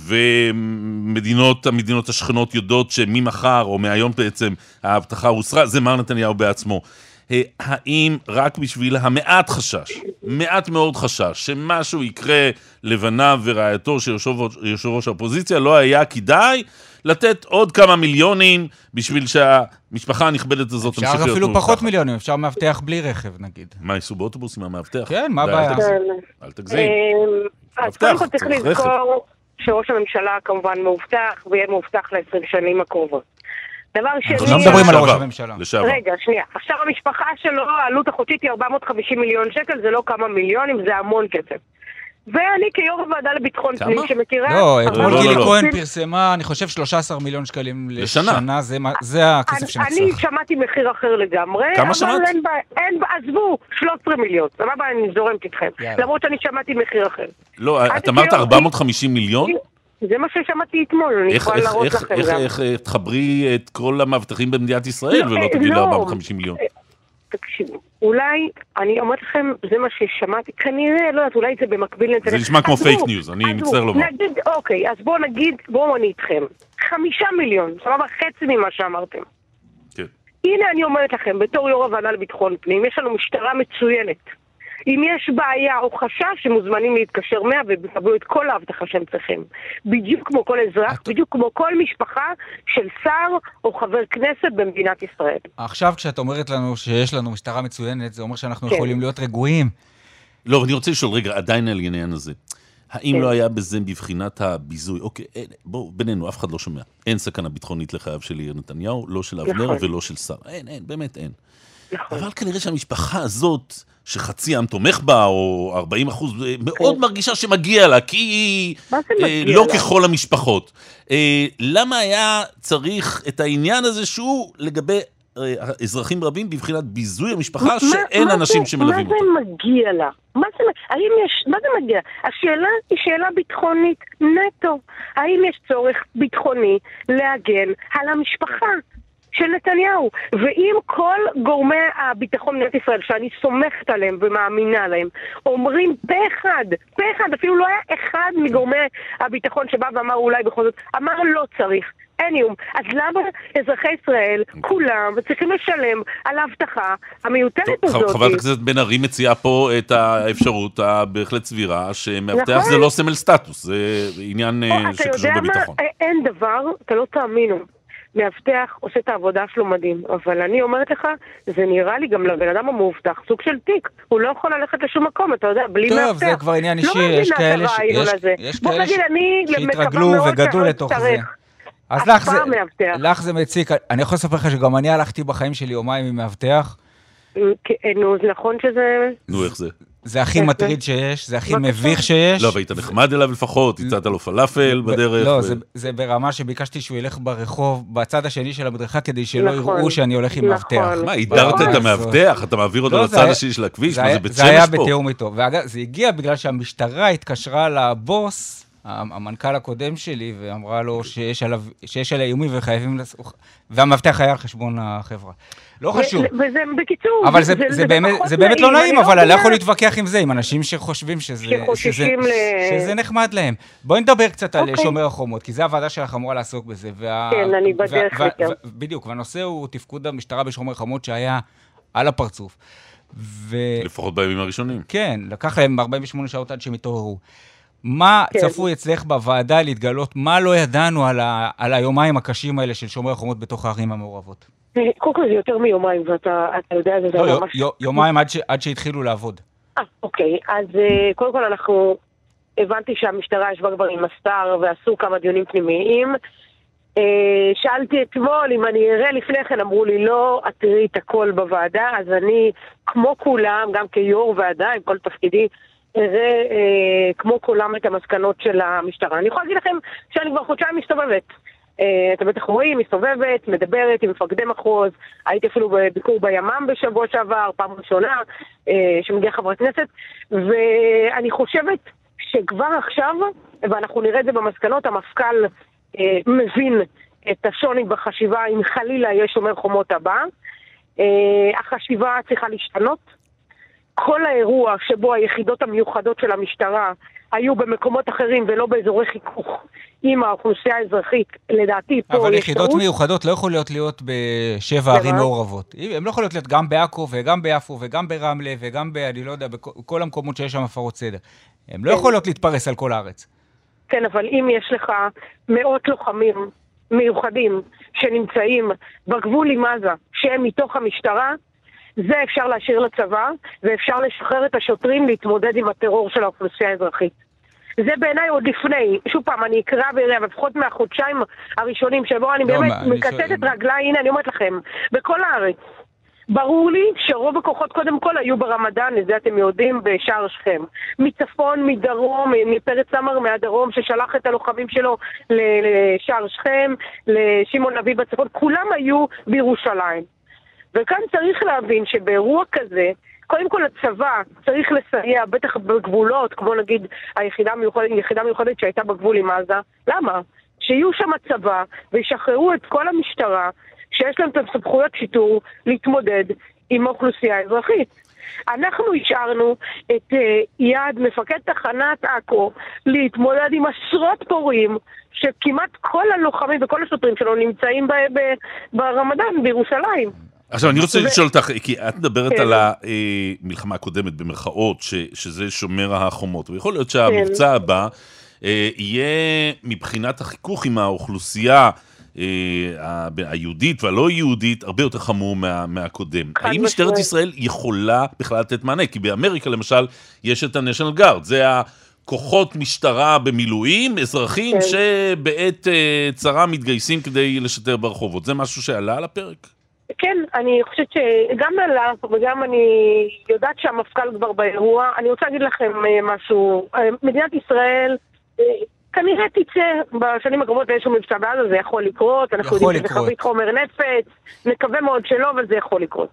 C: ומדינות, המדינות השכנות יודעות שממחר או מהיום בעצם ההבטחה הוסרה, זה מר נתניהו בעצמו. האם רק בשביל המעט חשש, מעט מאוד חשש, שמשהו יקרה לבניו ורעייתו של יושב ראש האופוזיציה, לא היה כדאי לתת עוד כמה מיליונים בשביל שהמשפחה הנכבדת הזאת תמשיך להיות מאובטחת.
B: אפשר אפילו פחות מיליונים, אפשר מאבטח בלי רכב נגיד.
C: מה, ייסעו באוטובוסים המאבטח?
B: כן, מה הבעיה?
C: אל תגזים.
E: אז קודם כל צריך לזכור שראש הממשלה כמובן מאובטח, ויהיה מאובטח ל-עשרים שנים הקרובות. דבר שני...
B: אנחנו לא מדברים על ראש הממשלה.
E: רגע, שנייה. עכשיו המשפחה שלו, העלות החודשית היא ארבע מאות וחמישים מיליון שקל, זה לא כמה מיליונים, זה המון כסף. ואני כיו"ר הוועדה לביטחון פנים שמכירה...
B: לא, אתמול גילי כהן פרסמה, אני חושב שלושה עשר מיליון שקלים לשנה, זה הכסף שנצטרך.
E: אני שמעתי מחיר אחר לגמרי.
C: כמה שמעת?
E: אין, עזבו, שלושה עשר מיליון. סבבה, אני זורמת איתכם. למרות שאני שמעתי מחיר אחר.
C: לא, את אמרת ארבע מאות וחמישים מיליון?
E: זה מה ששמעתי אתמול, אני יכולה להראות לכם גם.
C: איך תחברי את כל המאבטחים במדינת ישראל ולא תגיד ל-ארבע מאות וחמישים מיליון?
E: תקשיבו, אולי, אני אומרת לכם, זה מה ששמעתי, כנראה, לא יודעת, אולי זה במקביל...
C: זה נשמע כמו פייק ניוז, אני מצטער לומר.
E: נגיד, אוקיי, אז בואו נגיד, בואו אני איתכם. חמישה מיליון, סבבה, חצי ממה שאמרתם.
C: כן.
E: הנה אני אומרת לכם, בתור יו"ר הוועדה לביטחון פנים, יש לנו משטרה מצוינת. אם יש בעיה או חשש, שמוזמנים להתקשר מאה ובקבלו את כל ההבטחה שהם צריכים. בדיוק כמו כל אזרח, בדיוק כמו כל משפחה של שר או חבר כנסת במדינת ישראל.
B: עכשיו כשאת אומרת לנו שיש לנו משטרה מצוינת, זה אומר שאנחנו יכולים להיות רגועים.
C: לא, אני רוצה לשאול רגע, עדיין על עניין הזה. האם לא היה בזה בבחינת הביזוי? אוקיי, בואו, בינינו, אף אחד לא שומע. אין סכנה ביטחונית לחייו של יאיר נתניהו, לא של אבנר ולא של שר. אין, אין, באמת אין. אבל כנראה שהמשפחה הזאת, שחצי עם תומך בה, או ארבעים אחוז, מאוד מרגישה שמגיע לה, כי היא לא ככל המשפחות. למה היה צריך את העניין הזה שהוא לגבי אזרחים רבים בבחינת ביזוי המשפחה, שאין אנשים שמלווים אותה?
E: מה זה מגיע לה? מה זה, האם יש, מה זה מגיע? השאלה היא שאלה ביטחונית נטו. האם יש צורך ביטחוני להגן על המשפחה של נתניהו? ואם כל גורמי הביטחון במדינת ישראל, שאני סומכת עליהם ומאמינה עליהם, אומרים פה אחד, פה אחד, אפילו לא היה אחד מגורמי הביטחון שבא ואמר אולי בכל זאת, אמר לא צריך, אין איום. אז למה אזרחי ישראל, כולם, צריכים לשלם על ההבטחה המיותרת הזאת?
C: חברת הכנסת בן ארי מציעה פה את האפשרות הבהחלט סבירה, שמאבטח זה לא סמל סטטוס, זה עניין שקשור בביטחון.
E: אין דבר, אתה לא תאמינו. מאבטח עושה את העבודה שלו מדהים, אבל אני אומרת לך, זה נראה לי גם לבן אדם המאובטח, סוג של תיק, הוא לא יכול ללכת לשום מקום, אתה יודע, בלי מאבטח.
B: טוב, זה כבר עניין אישי, יש כאלה שהתרגלו וגדלו לתוך זה. אז לך זה מציק, אני יכול לספר לך שגם אני הלכתי בחיים שלי יומיים עם מאבטח.
E: נו, זה נכון שזה...
C: נו, איך זה?
B: זה הכי מטריד שיש, זה הכי מביך שיש.
C: לא, והיית נחמד אליו לפחות, הצעת לו פלאפל בדרך.
B: לא, זה ברמה שביקשתי שהוא ילך ברחוב, בצד השני של המדרכה, כדי שלא יראו שאני הולך עם מאבטח.
C: מה, הידרת את המאבטח? אתה מעביר אותו לצד השני של הכביש? מה, זה בית שמש פה?
B: זה היה בתיאום איתו. ואגב, זה הגיע בגלל שהמשטרה התקשרה לבוס, המנכ"ל הקודם שלי, ואמרה לו שיש עליה איומים וחייבים... והמאבטח היה על חשבון החברה. לא חשוב.
E: וזה בקיצור...
B: אבל זה באמת לא נעים, אבל אני לא יכול להתווכח עם זה, עם אנשים שחושבים שזה נחמד להם. בואי נדבר קצת על שומר החומות, כי זה הוועדה שלך אמורה לעסוק בזה.
E: כן, אני בדרך איתם.
B: בדיוק, והנושא הוא תפקוד המשטרה בשומר חומות שהיה על הפרצוף.
C: לפחות בימים הראשונים.
B: כן, לקח להם ארבעים ושמונה שעות עד שהם התעוררו. מה צפוי אצלך בוועדה להתגלות, מה לא ידענו על היומיים הקשים האלה של שומר החומות בתוך הערים המעורבות?
E: קודם כל זה יותר מיומיים, ואתה יודע, זה
B: לא, ממש... יומיים עד שהתחילו לעבוד.
E: אה, אוקיי, אז קודם כל אנחנו, הבנתי שהמשטרה ישבה כבר עם הסתר, ועשו כמה דיונים פנימיים. שאלתי אתמול אם אני אראה לפני כן, אמרו לי לא, את תראי את הכל בוועדה, אז אני, כמו כולם, גם כיו"ר ועדה, עם כל תפקידי, אראה אה, כמו כולם את המסקנות של המשטרה. אני יכולה להגיד לכם שאני כבר חודשיים מסתובבת. אה, אתם בטח רואים, מסתובבת, מדברת עם מפקדי מחוז, הייתי אפילו בביקור בימ"מ בשבוע שעבר, פעם ראשונה, אה, שמגיע חברי כנסת, ואני חושבת שכבר עכשיו, ואנחנו נראה את זה במסקנות, המפכ"ל אה, מבין את השוני בחשיבה אם חלילה יש שומר חומות הבא. אה, החשיבה צריכה להשתנות. כל האירוע שבו היחידות המיוחדות של המשטרה היו במקומות אחרים ולא באזורי חיכוך עם האוכלוסייה האזרחית, לדעתי פה יש...
B: אבל יחידות מיוחדות לא יכולות להיות בשבע ערים מעורבות. הן לא יכולות להיות גם בעכו וגם ביפו וגם ברמלה וגם ב... אני לא יודע, בכל המקומות שיש שם הפרות סדר. הן לא יכולות להתפרס על כל הארץ.
E: כן, אבל אם יש לך מאות לוחמים מיוחדים שנמצאים בגבול עם עזה, שהם מתוך המשטרה, זה אפשר להשאיר לצבא, ואפשר לשחרר את השוטרים להתמודד עם הטרור של האוכלוסייה האזרחית. זה בעיניי עוד לפני, שוב פעם, אני אקרא ויראה, אבל לפחות מהחודשיים הראשונים שבו אני באמת מקצת את רגליי, הנה אני אומרת לכם, בכל הארץ. ברור לי שרוב הכוחות קודם כל היו ברמדאן, את זה אתם יודעים, בשער שכם. מצפון, מדרום, מפרץ סמר מהדרום ששלח את הלוחמים שלו לשער שכם, לשמעון אביב בצפון, כולם היו בירושלים. וכאן צריך להבין שבאירוע כזה, קודם כל הצבא צריך לסייע, בטח בגבולות, כמו נגיד היחידה מיוחדת, היחידה מיוחדת שהייתה בגבול עם עזה. למה? שיהיו שם הצבא וישחררו את כל המשטרה, שיש להם את הסמכויות שיטור להתמודד עם האוכלוסייה האזרחית. אנחנו השארנו את uh, יעד מפקד תחנת עכו להתמודד עם עשרות פורעים שכמעט כל הלוחמים וכל השוטרים שלו נמצאים ב- ב- ברמדאן בירושלים.
C: עכשיו, אני רוצה לשאול אותך, כי את מדברת על המלחמה הקודמת במרכאות, שזה שומר החומות, ויכול להיות שהמבצע הבא יהיה מבחינת החיכוך עם האוכלוסייה היהודית והלא יהודית הרבה יותר חמור מהקודם. האם משטרת ישראל יכולה בכלל לתת מענה? כי באמריקה למשל יש את ה-National Guard, זה הכוחות משטרה במילואים, אזרחים שבעת צרה מתגייסים כדי לשטר ברחובות. זה משהו שעלה על הפרק?
E: כן, אני חושבת שגם עלה, וגם אני יודעת שהמפכ"ל כבר באירוע. אני רוצה להגיד לכם משהו. מדינת ישראל כנראה תצא בשנים הקרובות לאיזשהו מבצע בעזה, זה יכול לקרות, אנחנו יודעים שזה חבית חומר נפץ, נקווה מאוד שלא, אבל זה יכול לקרות.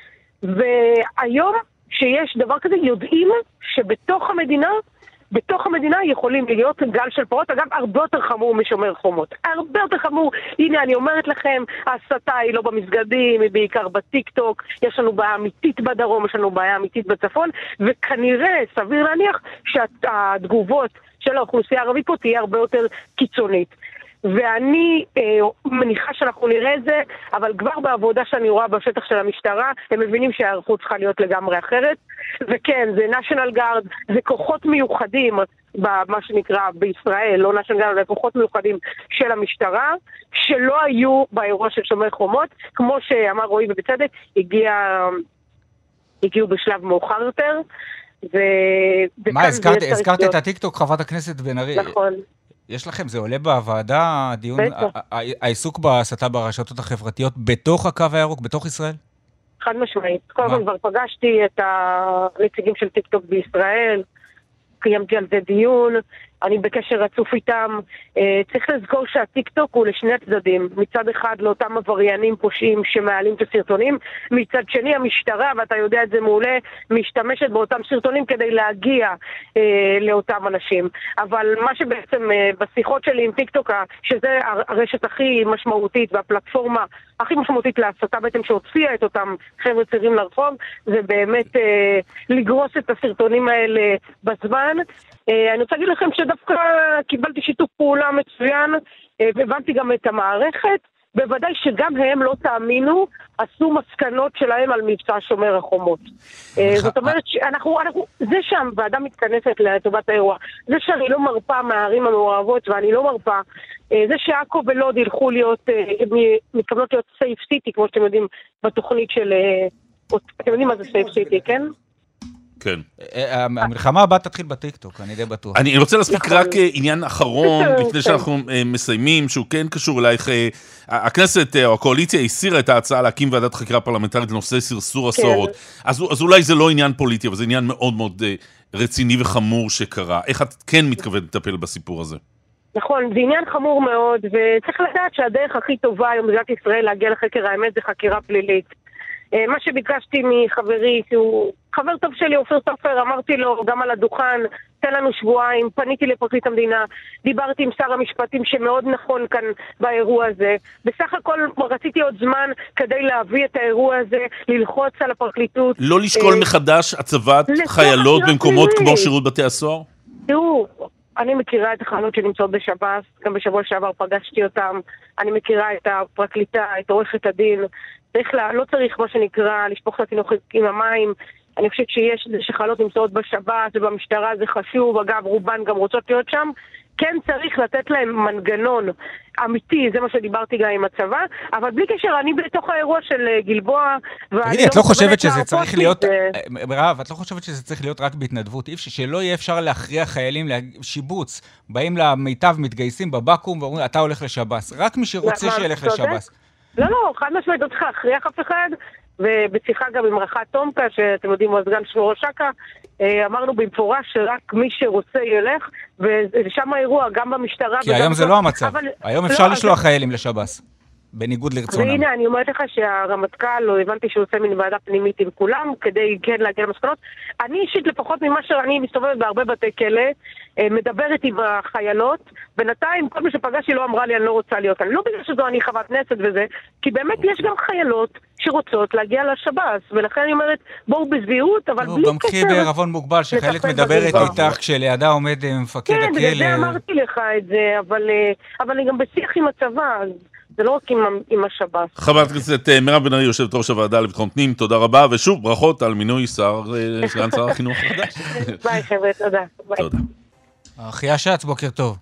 E: והיום שיש דבר כזה, יודעים שבתוך המדינה, בתוך המדינה יכולים להיות גל של פרות, אגב, הרבה יותר חמור משומר חומות. הרבה יותר חמור. הנה, אני אומרת לכם, ההסתה היא לא במסגדים, היא בעיקר בטיק-טוק, יש לנו בעיה אמיתית בדרום, יש לנו בעיה אמיתית בצפון, וכנראה, סביר להניח, שהתגובות של האוכלוסייה הערבית פה תהיה הרבה יותר קיצונית. ואני אה, מניחה שאנחנו נראה את זה, אבל כבר בעבודה שאני רואה בשטח של המשטרה, הם מבינים שהערכות צריכה להיות לגמרי אחרת. וכן, זה National Guard, זה כוחות מיוחדים, במה שנקרא בישראל, לא National Guard, זה כוחות מיוחדים של המשטרה, שלא היו באירוע של שומר חומות, כמו שאמר רועי ובצדק, הגיע, הגיעו בשלב מאוחר יותר. ו...
B: מה, הזכרת, הזכרת את הטיקטוק, חברת הכנסת בן ארי?
E: נכון.
B: יש לכם, זה עולה בוועדה, הדיון, העיסוק בהסתה ברשתות החברתיות בתוך הקו הירוק, בתוך ישראל?
E: חד משמעית. כל הזמן כבר פגשתי את הנציגים של טיקטוק בישראל, קיימתי על זה דיון, אני בקשר רצוף איתם. צריך לזכור שהטיקטוק הוא לשני הצדדים. מצד אחד לאותם עבריינים פושעים שמעלים את הסרטונים, מצד שני המשטרה, ואתה יודע את זה מעולה, משתמשת באותם סרטונים כדי להגיע אה, לאותם אנשים. אבל מה שבעצם אה, בשיחות שלי עם טיקטוק, שזה הרשת הכי משמעותית והפלטפורמה הכי משמעותית להסתה בעצם שהוציאה את אותם חבר'ה צעירים לרחוב, זה באמת אה, לגרוס את הסרטונים האלה בזמן. אני רוצה להגיד לכם שדווקא קיבלתי שיתוף פעולה מצוין, והבנתי גם את המערכת, בוודאי שגם הם לא תאמינו, עשו מסקנות שלהם על מבצע שומר החומות. זאת אומרת, שאנחנו, אנחנו, זה שהוועדה מתכנסת לטובת האירוע, זה שאני לא מרפה מהערים המעורבות, ואני לא מרפה, זה שעכו ולוד ילכו להיות, מתכוונות להיות סייף סיטי, כמו שאתם יודעים, בתוכנית של, אתם יודעים מה זה סייף סיטי, כן?
C: כן.
B: המלחמה הבאה תתחיל בטיקטוק, אני די בטוח.
C: אני רוצה להספיק רק עניין אחרון, לפני שאנחנו מסיימים, שהוא כן קשור אלייך. הכנסת או הקואליציה הסירה את ההצעה להקים ועדת חקירה פרלמנטרית לנושא סרסור הסוהרות. אז אולי זה לא עניין פוליטי, אבל זה עניין מאוד מאוד רציני וחמור שקרה. איך את כן מתכוונת לטפל בסיפור הזה?
E: נכון, זה עניין חמור מאוד, וצריך לדעת שהדרך הכי טובה היום במדינת ישראל להגיע לחקר האמת זה חקירה פלילית. מה שביקשתי מחברי, שהוא חבר טוב שלי, אופיר סופר, אמרתי לו גם על הדוכן, תן לנו שבועיים, פניתי לפרקליט המדינה, דיברתי עם שר המשפטים שמאוד נכון כאן באירוע הזה. בסך הכל רציתי עוד זמן כדי להביא את האירוע הזה, ללחוץ על הפרקליטות.
C: לא לשקול מחדש הצבת חיילות במקומות כמו שירות בתי הסוהר?
E: תראו, אני מכירה את החנות שנמצאות בשב"ס, גם בשבוע שעבר פגשתי אותם, אני מכירה את הפרקליטה, את עורכת הדין, צריך לה, לא צריך מה שנקרא לשפוך את התינוק עם המים, אני חושבת שיש שחלות נמצאות בשב"ס ובמשטרה, זה חשוב, אגב רובן גם רוצות להיות שם, כן צריך לתת להם מנגנון אמיתי, זה מה שדיברתי גם עם הצבא, אבל בלי קשר, אני בתוך האירוע של גלבוע,
B: תגידי, את לא חושבת שזה צריך להיות, ברב, את לא חושבת שזה צריך להיות רק בהתנדבות, שלא יהיה אפשר להכריח חיילים לשיבוץ, באים למיטב, מתגייסים בבקו"ם, ואומרים, אתה הולך לשב"ס, רק מי שרוצה שילך לשב"ס.
E: לא, לא, חד משמעית, לא צריך להכריח אף אחד, ובשיחה גם עם רח"ט תומקה, שאתם יודעים, הוא הסגן של ראש אכ"א, אמרנו במפורש שרק מי שרוצה ילך, ושם האירוע, גם במשטרה...
B: כי היום זה לא המצב. היום אפשר לשלוח חיילים לשב"ס, בניגוד לרצונם.
E: והנה, אני אומרת לך שהרמטכ"ל, לא הבנתי שהוא עושה מן ועדה פנימית עם כולם, כדי כן להגיע למסקנות. אני אישית, לפחות ממה שאני מסתובבת בהרבה בתי כלא, מדברת עם החיילות, בינתיים כל מי שפגשתי לא אמרה לי, אני לא רוצה להיות כאן. לא בגלל שזו אני חברת כנסת וזה, כי באמת יש גם חיילות שרוצות להגיע לשב"ס, ולכן אני אומרת, בואו בזהירות, אבל בלי קצר...
B: גם קחי בערבון מוגבל, שחיילת מדברת איתך כשלידה עומד מפקד הכלא.
E: כן, בגלל זה אמרתי לך את זה, אבל אני גם בשיח עם הצבא, זה לא רק עם השב"ס.
C: חברת הכנסת מירב בן ארי, יושבת ראש הוועדה לביטחון פנים, תודה רבה, ושוב, ברכות על מינוי שר, סגן שר החינוך החדש.
E: ביי חבר'ה, תודה.
C: תודה.
B: אחיה שץ, בוקר טוב.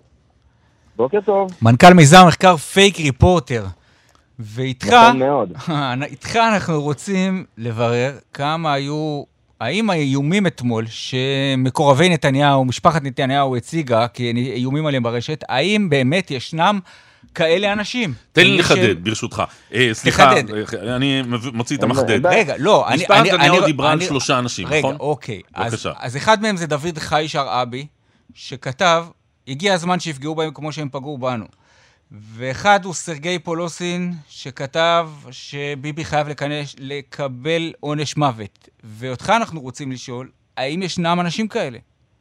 F: בוקר טוב.
B: מנכ"ל מיזם מחקר פייק ריפורטר. ואיתך,
F: נכון מאוד.
B: איתך אנחנו רוצים לברר כמה היו, האם האיומים אתמול שמקורבי נתניהו, משפחת נתניהו הציגה כאיומים עליהם ברשת, האם באמת ישנם כאלה אנשים?
C: תן לי לחדד, ברשותך. סליחה, אני מוציא את המחדד.
B: רגע, לא.
C: משפחת נתניהו דיברה על שלושה אנשים, נכון?
B: רגע, אוקיי. אז אחד מהם זה דוד חי שרעבי, שכתב, הגיע הזמן שיפגעו בהם כמו שהם פגעו בנו. ואחד הוא סרגי פולוסין, שכתב שביבי חייב לכנש, לקבל עונש מוות. ואותך אנחנו רוצים לשאול, האם ישנם אנשים כאלה?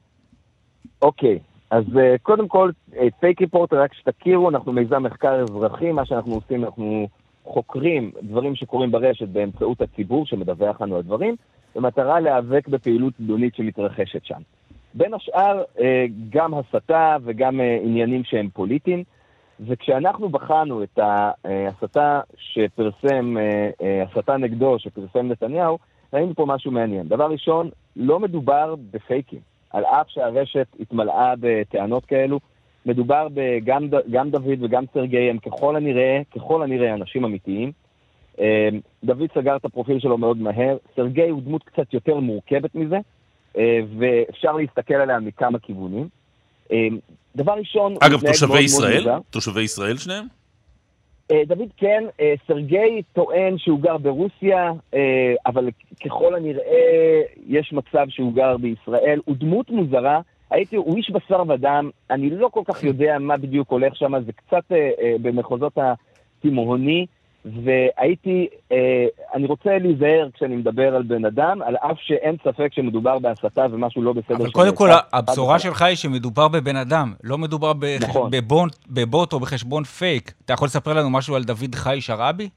F: אוקיי, אז uh, קודם כל, פייק ריפורטר, רק שתכירו, אנחנו מיזם מחקר אזרחי, מה שאנחנו עושים, אנחנו חוקרים דברים שקורים ברשת באמצעות הציבור, שמדווח לנו על דברים, במטרה להיאבק בפעילות דונית שמתרחשת שם. בין השאר, uh, גם הסתה וגם uh, עניינים שהם פוליטיים, וכשאנחנו בחנו את ההסתה שפרסם, הסתה נגדו שפרסם נתניהו, ראינו פה משהו מעניין. דבר ראשון, לא מדובר בפייקים. על אף שהרשת התמלאה בטענות כאלו, מדובר בגם גם דוד וגם סרגי, הם ככל הנראה, ככל הנראה אנשים אמיתיים. דוד סגר את הפרופיל שלו מאוד מהר, סרגי הוא דמות קצת יותר מורכבת מזה, ואפשר להסתכל עליה מכמה כיוונים. דבר ראשון...
C: אגב, תושבי ישראל? תושבי ישראל שניהם?
F: דוד כן, סרגי טוען שהוא גר ברוסיה, אבל ככל הנראה יש מצב שהוא גר בישראל. הוא דמות מוזרה, הייתי, הוא איש בשר ודם, אני לא כל כך יודע מה בדיוק הולך שם, זה קצת במחוזות התימהוני, והייתי, אני רוצה להיזהר כשאני מדבר על בן אדם, על אף שאין ספק שמדובר בהסתה ומשהו לא בסדר.
B: אבל קודם כל, הבשורה שלך היא שמדובר בבן אדם, לא מדובר בבוט או בחשבון פייק. אתה יכול לספר לנו משהו על דוד חי שרעבי?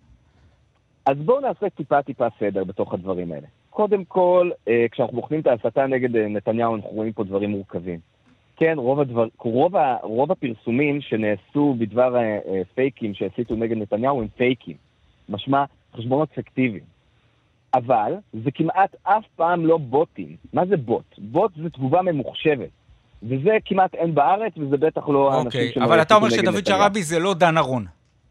F: אז בואו נעשה טיפה טיפה סדר בתוך הדברים האלה. קודם כל, כשאנחנו בוחנים את ההסתה נגד נתניהו, אנחנו רואים פה דברים מורכבים. כן, רוב, הדבר, רוב, ה, רוב הפרסומים שנעשו בדבר פייקים שהסיתו נגד נתניהו הם פייקים. משמע, חשבונות פיקטיביים. אבל זה כמעט אף פעם לא בוטים. מה זה בוט? בוט זה תגובה ממוחשבת. וזה כמעט אין בארץ, וזה בטח לא
B: אוקיי, אנשים שנעשו נגד נתניהו. אבל אתה אומר שדוד שרעבי זה לא דן ארון.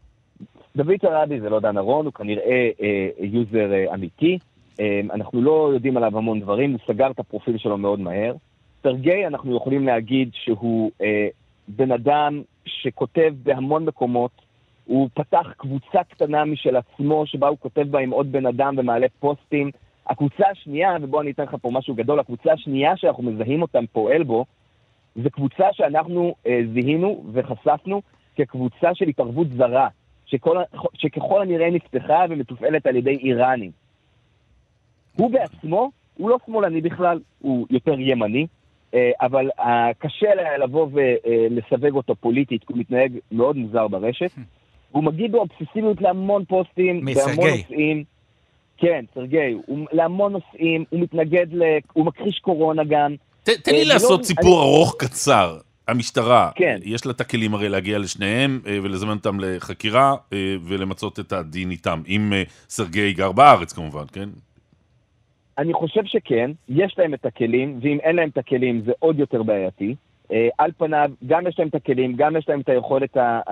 F: דוד שרעבי זה לא דן ארון, הוא כנראה אה, יוזר אה, אמיתי. אה, אנחנו לא יודעים עליו המון דברים, הוא סגר את הפרופיל שלו מאוד מהר. סרגי, אנחנו יכולים להגיד שהוא אה, בן אדם שכותב בהמון מקומות, הוא פתח קבוצה קטנה משל עצמו, שבה הוא כותב בה עם עוד בן אדם ומעלה פוסטים. הקבוצה השנייה, ובוא אני אתן לך פה משהו גדול, הקבוצה השנייה שאנחנו מזהים אותם פועל בו, זה קבוצה שאנחנו אה, זיהינו וחשפנו כקבוצה של התערבות זרה, שכל, שככל הנראה נפתחה ומתופעלת על ידי איראנים. הוא בעצמו, הוא לא שמאלני בכלל, הוא יותר ימני, אבל קשה לבוא ולסווג אותו פוליטית, הוא מתנהג מאוד מוזר ברשת. הוא מגיב באובססיביות להמון פוסטים, בהמון נושאים. כן, סרגי, להמון נושאים, הוא מתנגד, הוא מכחיש קורונה גם.
C: תן לי לעשות סיפור ארוך קצר. המשטרה, יש לה את הכלים הרי להגיע לשניהם, ולזמן אותם לחקירה, ולמצות את הדין איתם, אם סרגי גר בארץ כמובן, כן?
F: אני חושב שכן, יש להם את הכלים, ואם אין להם את הכלים זה עוד יותר בעייתי. על פניו, גם יש להם את הכלים, גם יש להם את היכולת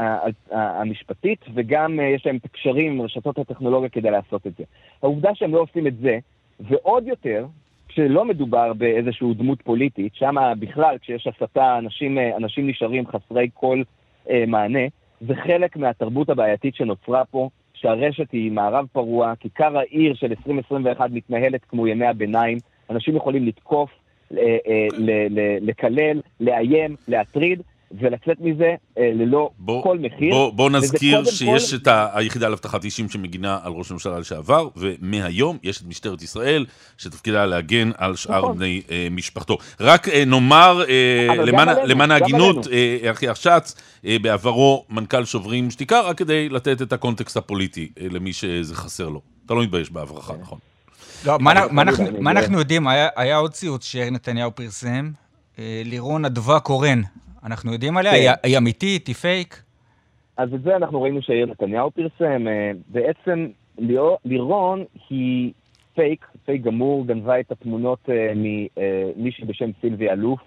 F: המשפטית, וגם יש להם את הקשרים עם רשתות הטכנולוגיה כדי לעשות את זה. העובדה שהם לא עושים את זה, ועוד יותר, כשלא מדובר באיזשהו דמות פוליטית, שם בכלל, כשיש הסתה, אנשים, אנשים נשארים חסרי כל אה, מענה, זה חלק מהתרבות הבעייתית שנוצרה פה, שהרשת היא מערב פרוע, כיכר העיר של עשרים עשרים ואחת מתנהלת כמו ימי הביניים, אנשים יכולים לתקוף, אה, אה, ל- ל- לקלל, לאיים, להטריד, ולצאת מזה אה, ללא
C: בוא,
F: כל מחיר.
C: בוא, בוא נזכיר שיש
F: כל...
C: את היחידה להבטחת אישים שמגינה על ראש הממשלה לשעבר, ומהיום יש את משטרת ישראל שתפקידה להגן על שאר נכון. בני אה, משפחתו. רק אה, נאמר, אה, למען, למען ההגינות, אה, אחי השץ, אה, בעברו מנכ"ל שוברים שתיקה, רק כדי לתת את הקונטקסט הפוליטי אה, למי שזה חסר לו. אתה לא מתבייש בעברך, כן. נכון?
B: לא, מה, מה, אנחנו, מה אנחנו יודעים? היה, היה עוד ציוץ שיאיר נתניהו פרסם, אה, לירון אדווה קורן. אנחנו יודעים עליה? היא, היא אמיתית, היא פייק?
F: אז את זה אנחנו ראינו שיאיר נתניהו פרסם. בעצם לירון היא פייק, פייק גמור, גנבה את התמונות ממישהי בשם סילבי אלוף,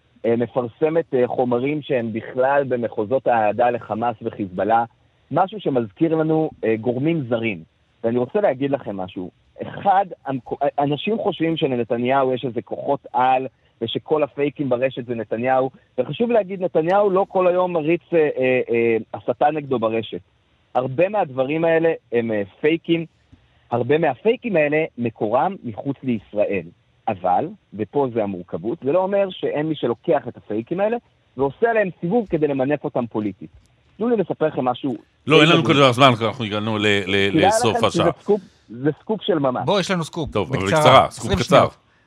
F: מפרסמת חומרים שהם בכלל במחוזות העדה לחמאס וחיזבאללה, משהו שמזכיר לנו גורמים זרים. ואני רוצה להגיד לכם משהו. אחד, אנשים חושבים שלנתניהו יש איזה כוחות על, ושכל הפייקים ברשת זה נתניהו, וחשוב להגיד, נתניהו לא כל היום מריץ אה, אה, הסתה נגדו ברשת. הרבה מהדברים האלה הם אה, פייקים, הרבה מהפייקים האלה מקורם מחוץ לישראל. אבל, ופה זה המורכבות, זה לא אומר שאין מי שלוקח את הפייקים האלה, ועושה עליהם סיבוב כדי למנף אותם פוליטית. תנו לי לספר לכם משהו...
C: לא, אין לנו כל דבר זמן, אנחנו הגענו לסוף השעה.
F: זה סקופ של ממש.
B: בוא, יש לנו סקופ.
C: טוב, אבל בקצרה, סקופ קצר.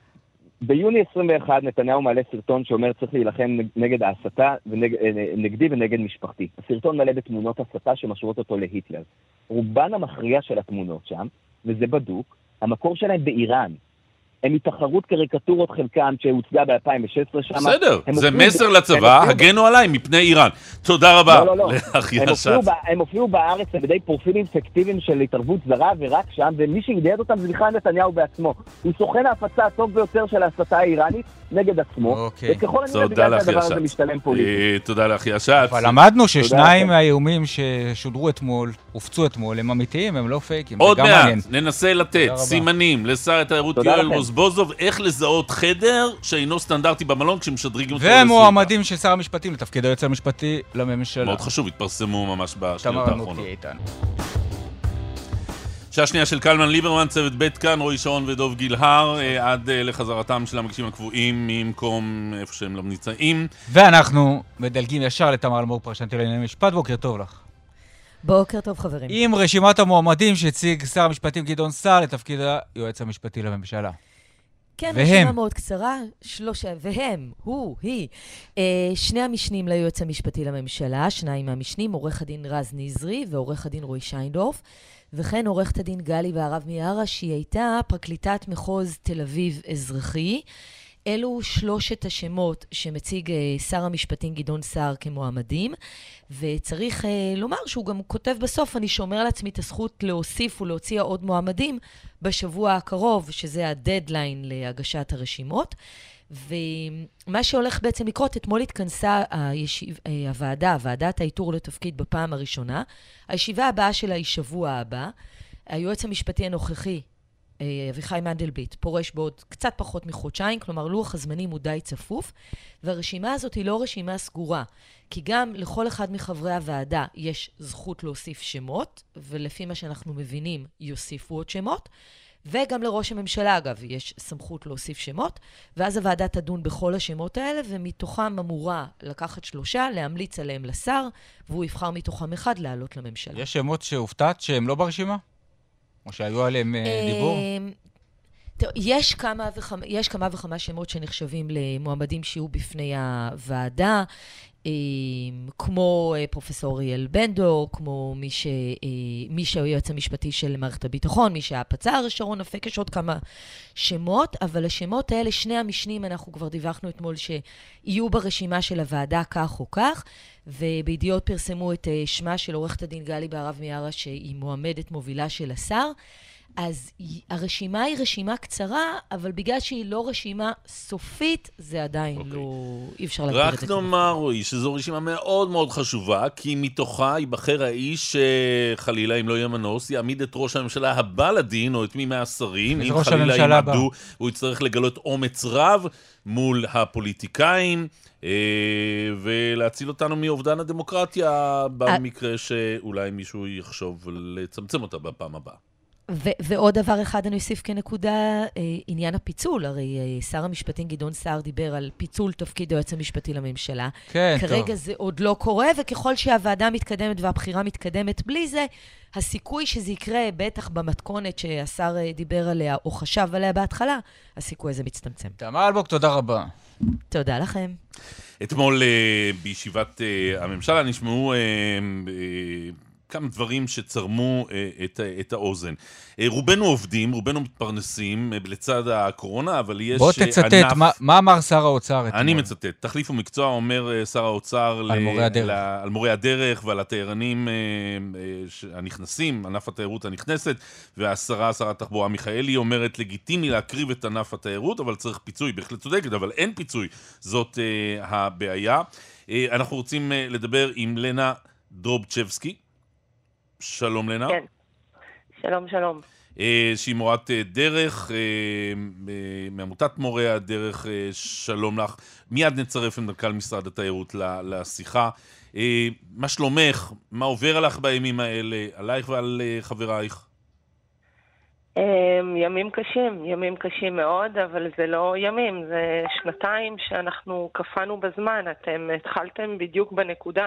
F: ביוני עשרים ואחת נתניהו מעלה סרטון שאומר צריך להילחם נגד ההסתה, נגדי ונגד משפחתי. הסרטון מלא בתמונות הסתה שמשוות אותו להיטלר. רובן המכריע של התמונות שם, וזה בדוק, המקור שלהם באיראן. הם מתחרות קריקטורות חלקם שהוצגה ב-אלפיים ושש עשרה שם.
C: בסדר, זה מסר לצבא, הגנו עליי מפני איראן. תודה רבה. לא, לא, לא.
F: הם הופיעו בארץ בידי פרופילים פיקטיביים של התערבות זרה ורק שם, ומי שהגדיד אותם זה בכלל נתניהו בעצמו. הוא סוכן ההפצה הטוב ביותר של ההסתה האיראנית נגד עצמו, וככל הנראה בגלל שהדבר הזה משתלם פוליטית.
C: תודה לאחי השץ.
B: אבל למדנו ששניים מהאיומים ששודרו אתמול, הופצו אתמול, הם אמיתיים, הם לא פייקים.
C: עוד מעט, ננסה לתת סימנים לשר התיירות יואל רזבוזוב, איך לזהות חדר שאינו סטנדרטי במלון כשמשדרגים אותו לסביבה.
B: ומועמדים של שר המשפטים לתפקיד היועץ המשפטי לממשלה.
C: מאוד חשוב, התפרסמו ממש בשניות האחרונות. שעה שנייה של קלמן ליברמן, צוות בית כאן, רועי שרון ודוב גילהר, עד לחזרתם של המקשיבים הקבועים ממקום איפה שהם לא נמצאים.
B: ואנחנו מדלגים ישר לתמר אלמוג, פרשנתי לענייני משפט. בוקר טוב לך.
G: בוקר טוב חברים.
B: עם רשימת המועמדים שהציג שר המשפטים גדעון סער לתפקיד היועץ המשפטי לממשלה.
G: כן, רשימה מאוד קצרה, שלושה, והם, הוא, היא, אה, שני המשנים ליועץ המשפטי לממשלה, שניים מהמשנים, עורך הדין רז נזרי ועורך הדין רועי שיינדורף, וכן עורכת הדין גלי והרב מיארה, שהיא הייתה פרקליטת מחוז תל אביב אזרחי. אלו שלושת השמות שמציג אה, שר המשפטים גדעון סער כמועמדים, וצריך אה, לומר שהוא גם כותב בסוף, אני שומר לעצמי את הזכות להוסיף ולהוציא עוד מועמדים בשבוע הקרוב, שזה הדדליין להגשת הרשימות. ומה שהולך בעצם לקרות, אתמול התכנסה הישיב, הוועדה, ועדת האיתור לתפקיד בפעם הראשונה. הישיבה הבאה שלה היא שבוע הבא. היועץ המשפטי הנוכחי, אביחי מנדלבליט, פורש בעוד קצת פחות מחודשיים, כלומר לוח הזמנים הוא די צפוף, והרשימה הזאת היא לא רשימה סגורה, כי גם לכל אחד מחברי הוועדה יש זכות להוסיף שמות, ולפי מה שאנחנו מבינים יוסיפו עוד שמות, וגם לראש הממשלה אגב יש סמכות להוסיף שמות, ואז הוועדה תדון בכל השמות האלה, ומתוכם אמורה לקחת שלושה, להמליץ עליהם לשר, והוא יבחר מתוכם אחד לעלות לממשלה.
B: יש שמות שהופתעת שהם לא ברשימה? או שהיו עליהם דיבור?
G: יש כמה וכמה, יש כמה וכמה שמות שנחשבים למועמדים שיהיו בפני הוועדה, כמו פרופסור אריאל בנדור, כמו מי, ש, מי שהיועץ המשפטי של מערכת הביטחון, מי שהפצ"ר שרון אפק, יש עוד כמה שמות, אבל השמות האלה, שני המשנים, אנחנו כבר דיווחנו אתמול שיהיו ברשימה של הוועדה כך או כך, ובידיעות פרסמו את שמה של עורכת הדין גלי בהרב מיארה, שהיא מועמדת מובילה של השר. אז הרשימה היא רשימה קצרה, אבל בגלל שהיא לא רשימה סופית, זה עדיין okay. לא... אי אפשר להגדיר את זה.
C: רק נאמר, רועי, שזו רשימה מאוד מאוד חשובה, כי מתוכה ייבחר האיש שחלילה, אם לא יהיה מנוס, יעמיד את ראש הממשלה הבא לדין, או את מי מהשרים, אם חלילה יימדו, הוא יצטרך לגלות אומץ רב מול הפוליטיקאים, ולהציל אותנו מאובדן הדמוקרטיה, במקרה שאולי מישהו יחשוב לצמצם אותה בפעם הבאה.
G: ו- ועוד דבר אחד אני אוסיף כנקודה, אה, עניין הפיצול. הרי אה, שר המשפטים גדעון סער דיבר על פיצול תפקיד היועץ המשפטי לממשלה.
B: כן,
G: כרגע
B: טוב.
G: זה עוד לא קורה, וככל שהוועדה מתקדמת והבחירה מתקדמת בלי זה, הסיכוי שזה יקרה, בטח במתכונת שהשר אה, דיבר עליה, או חשב עליה בהתחלה, הסיכוי הזה מצטמצם.
B: תמר אלבוק, תודה רבה.
G: תודה לכם.
C: אתמול אה, בישיבת אה, הממשלה נשמעו... אה, אה, כמה דברים שצרמו את, את האוזן. רובנו עובדים, רובנו מתפרנסים לצד הקורונה, אבל יש...
B: בוא תצטט, ענף... מה, מה אמר שר האוצר אתמול?
C: אני מצטט. תחליף ומקצוע, אומר שר האוצר...
B: על ל... מורי הדרך.
C: ל... על מורי הדרך ועל התיירנים הנכנסים, ענף התיירות הנכנסת, והשרה, שרת התחבורה מיכאלי, אומרת לגיטימי להקריב את ענף התיירות, אבל צריך פיצוי, בהחלט צודקת, אבל אין פיצוי. זאת uh, הבעיה. Uh, אנחנו רוצים uh, לדבר עם לנה דרובצ'בסקי, שלום לנה.
E: כן, שלום שלום.
C: שהיא מורת דרך, מעמותת מורי הדרך, שלום לך. מיד נצרף עם מנכ"ל משרד התיירות לשיחה. מה שלומך? מה עובר עליך בימים האלה? עלייך ועל חברייך?
E: ימים קשים, ימים קשים מאוד, אבל זה לא ימים, זה שנתיים שאנחנו קפאנו בזמן. אתם התחלתם בדיוק בנקודה.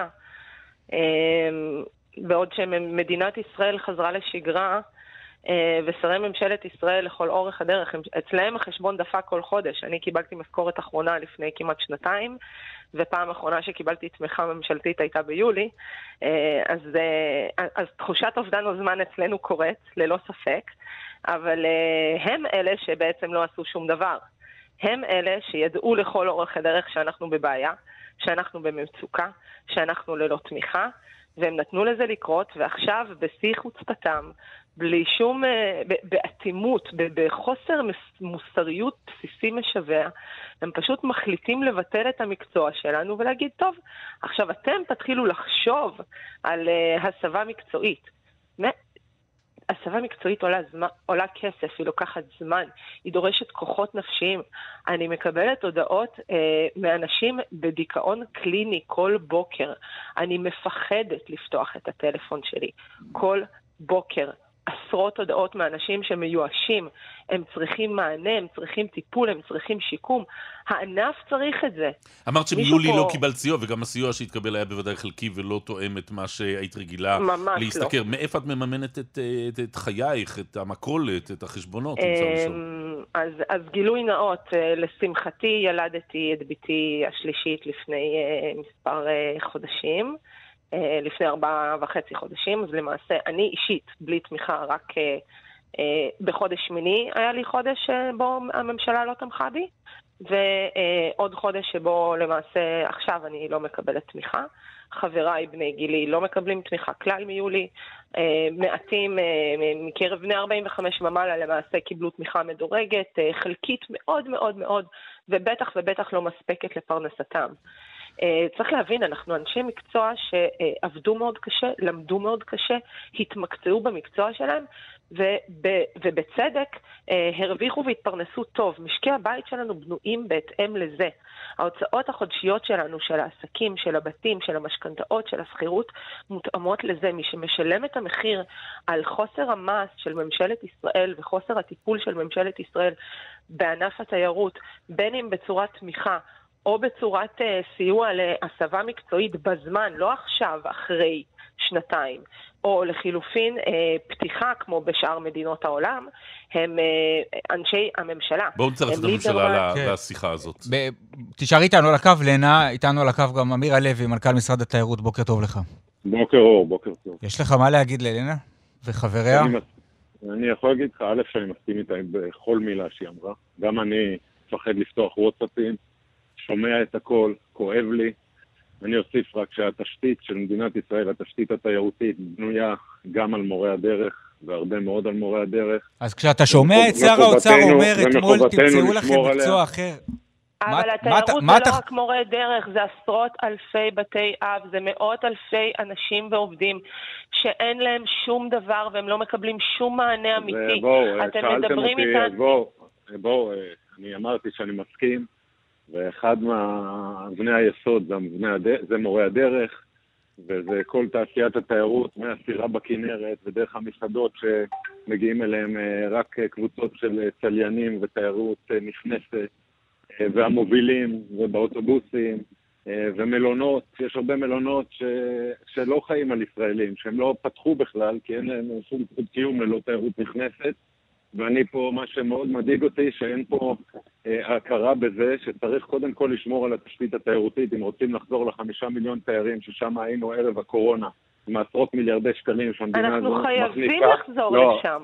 E: בעוד שמדינת ישראל חזרה לשגרה, ושרי ממשלת ישראל לכל אורך הדרך, אצלהם החשבון דפק כל חודש. אני קיבלתי משכורת אחרונה לפני כמעט שנתיים, ופעם אחרונה שקיבלתי תמיכה ממשלתית הייתה ביולי, אז, אז תחושת אובדן הזמן אצלנו קורית, ללא ספק, אבל הם אלה שבעצם לא עשו שום דבר. הם אלה שידעו לכל אורך הדרך שאנחנו בבעיה, שאנחנו במצוקה, שאנחנו ללא תמיכה, והם נתנו לזה לקרות, ועכשיו בשיא חוצפתם, בלי שום, באטימות, בחוסר מוסריות בסיסי משווה, הם פשוט מחליטים לבטל את המקצוע שלנו ולהגיד, טוב, עכשיו אתם תתחילו לחשוב על הסבה מקצועית. הסבה מקצועית עולה, זמן, עולה כסף, היא לוקחת זמן, היא דורשת כוחות נפשיים. אני מקבלת הודעות אה, מאנשים בדיכאון קליני כל בוקר. אני מפחדת לפתוח את הטלפון שלי כל בוקר. עשרות הודעות מאנשים שמיואשים, הם צריכים מענה, הם צריכים טיפול, הם צריכים שיקום. הענף צריך את זה.
C: אמרת שמיולי פה... לא קיבלת סיוע, וגם הסיוע שהתקבל היה בוודאי חלקי ולא תואם את מה שהיית רגילה להסתכר. לא. מאיפה את מממנת את, את, את חייך, את המקולת, את החשבונות?
E: אז, אז גילוי נאות, לשמחתי ילדתי את ביתי השלישית לפני מספר חודשים. לפני ארבעה וחצי חודשים, אז למעשה אני אישית, בלי תמיכה, רק בחודש שמיני היה לי חודש שבו הממשלה לא תמכה בי, ועוד חודש שבו למעשה עכשיו אני לא מקבלת תמיכה. חבריי בני גילי לא מקבלים תמיכה כלל מיולי, מעטים מקרב בני ארבעים וחמש ומעלה למעשה קיבלו תמיכה מדורגת, חלקית מאוד מאוד מאוד, ובטח ובטח לא מספקת לפרנסתם. צריך להבין, אנחנו אנשי מקצוע שעבדו מאוד קשה, למדו מאוד קשה, התמקצעו במקצוע שלהם, ובצדק הרוויחו והתפרנסו טוב. משקי הבית שלנו בנויים בהתאם לזה. ההוצאות החודשיות שלנו, של העסקים, של הבתים, של המשכנתאות, של הסחירות, מותאמות לזה. מי שמשלם את המחיר על חוסר המס של ממשלת ישראל וחוסר הטיפול של ממשלת ישראל בענף התיירות, בין אם בצורת תמיכה, או בצורת סיוע להסבה מקצועית בזמן, לא עכשיו, אחרי שנתיים, או לחילופין פתיחה כמו בשאר מדינות העולם, הם אנשי הממשלה.
C: בואו נצטרף את הממשלה לשיחה הזאת.
B: תשארי איתנו על הקו, לנה, איתנו על הקו גם אמיר הלוי, מנכ"ל משרד התיירות, בוקר טוב לך.
H: בוקר אור, בוקר טוב.
B: יש לך מה להגיד ללנה וחבריה?
H: אני יכול להגיד לך, א', שאני מסכים איתה בכל מילה שהיא אמרה. גם אני מפחד לפתוח וואטסאפים, שומע את הכל, כואב לי. אני אוסיף רק שהתשתית של מדינת ישראל, התשתית התיירותית, בנויה גם על מורי הדרך, והרבה מאוד על מורי הדרך.
B: אז כשאתה שומע את שר האוצר אומר, אתמול תמצאו לכם מקצוע אחר.
E: אבל התיירות זה לא רק מורי דרך, זה עשרות אלפי בתי אב, זה מאות אלפי אנשים ועובדים שאין להם שום דבר והם לא מקבלים שום מענה אמיתי. אתם מדברים איתנו...
H: בואו, אני אמרתי שאני מסכים, ואחד מאבני היסוד זה מורי הדרך, וזה כל תעשיית התיירות, מהסירה בכנרת ודרך המסעדות שמגיעים אליהם רק קבוצות של צליינים ותיירות נכנסת, והמובילים ובאוטובוסים ומלונות. יש הרבה מלונות ש... שלא חיים על ישראלים, שהם לא פתחו בכלל, כי אין להם שום קיום ללא תיירות נכנסת. ואני פה, מה שמאוד מדאיג אותי, שאין פה אה, הכרה בזה שצריך קודם כל לשמור על התשתית התיירותית, אם רוצים לחזור לחמישה מיליון תיירים ששם היינו ערב הקורונה, עם עשרות מיליארדי שקלים שהמדינה הזו
E: מחליפה. אנחנו חייבים לחזור
H: לא.
E: לשם.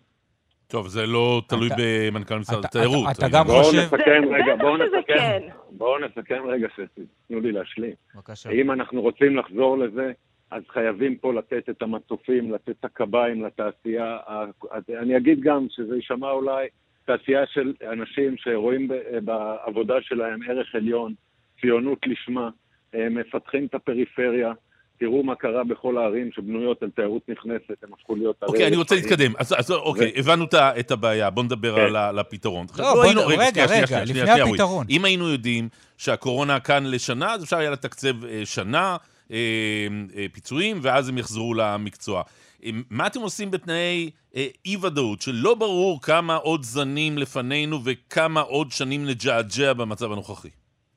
C: טוב, זה לא תלוי במנכ"ל משרד התיירות.
B: אתה גם חושב...
H: בואו נסכם רגע, בואו נסכם. בואו נסכם רגע שתנו לי להשלים. אם אנחנו רוצים לחזור לזה, אז חייבים פה לתת את המצופים, לתת את הקביים לתעשייה. אני אגיד גם שזה יישמע אולי תעשייה של אנשים שרואים בעבודה שלהם ערך עליון, ציונות לשמה, מפתחים את הפריפריה. תראו מה קרה בכל הערים שבנויות על תיירות נכנסת, הם הפכו להיות...
C: אוקיי, אני רוצה להתקדם. אז אוקיי, הבנו את הבעיה, בואו נדבר על הפתרון.
B: רגע, רגע, לפני הפתרון.
C: אם היינו יודעים שהקורונה כאן לשנה, אז אפשר היה לתקצב שנה, פיצויים, ואז הם יחזרו למקצוע. מה אתם עושים בתנאי אי-ודאות, שלא ברור כמה עוד זנים לפנינו וכמה עוד שנים נג'עג'ע במצב הנוכחי?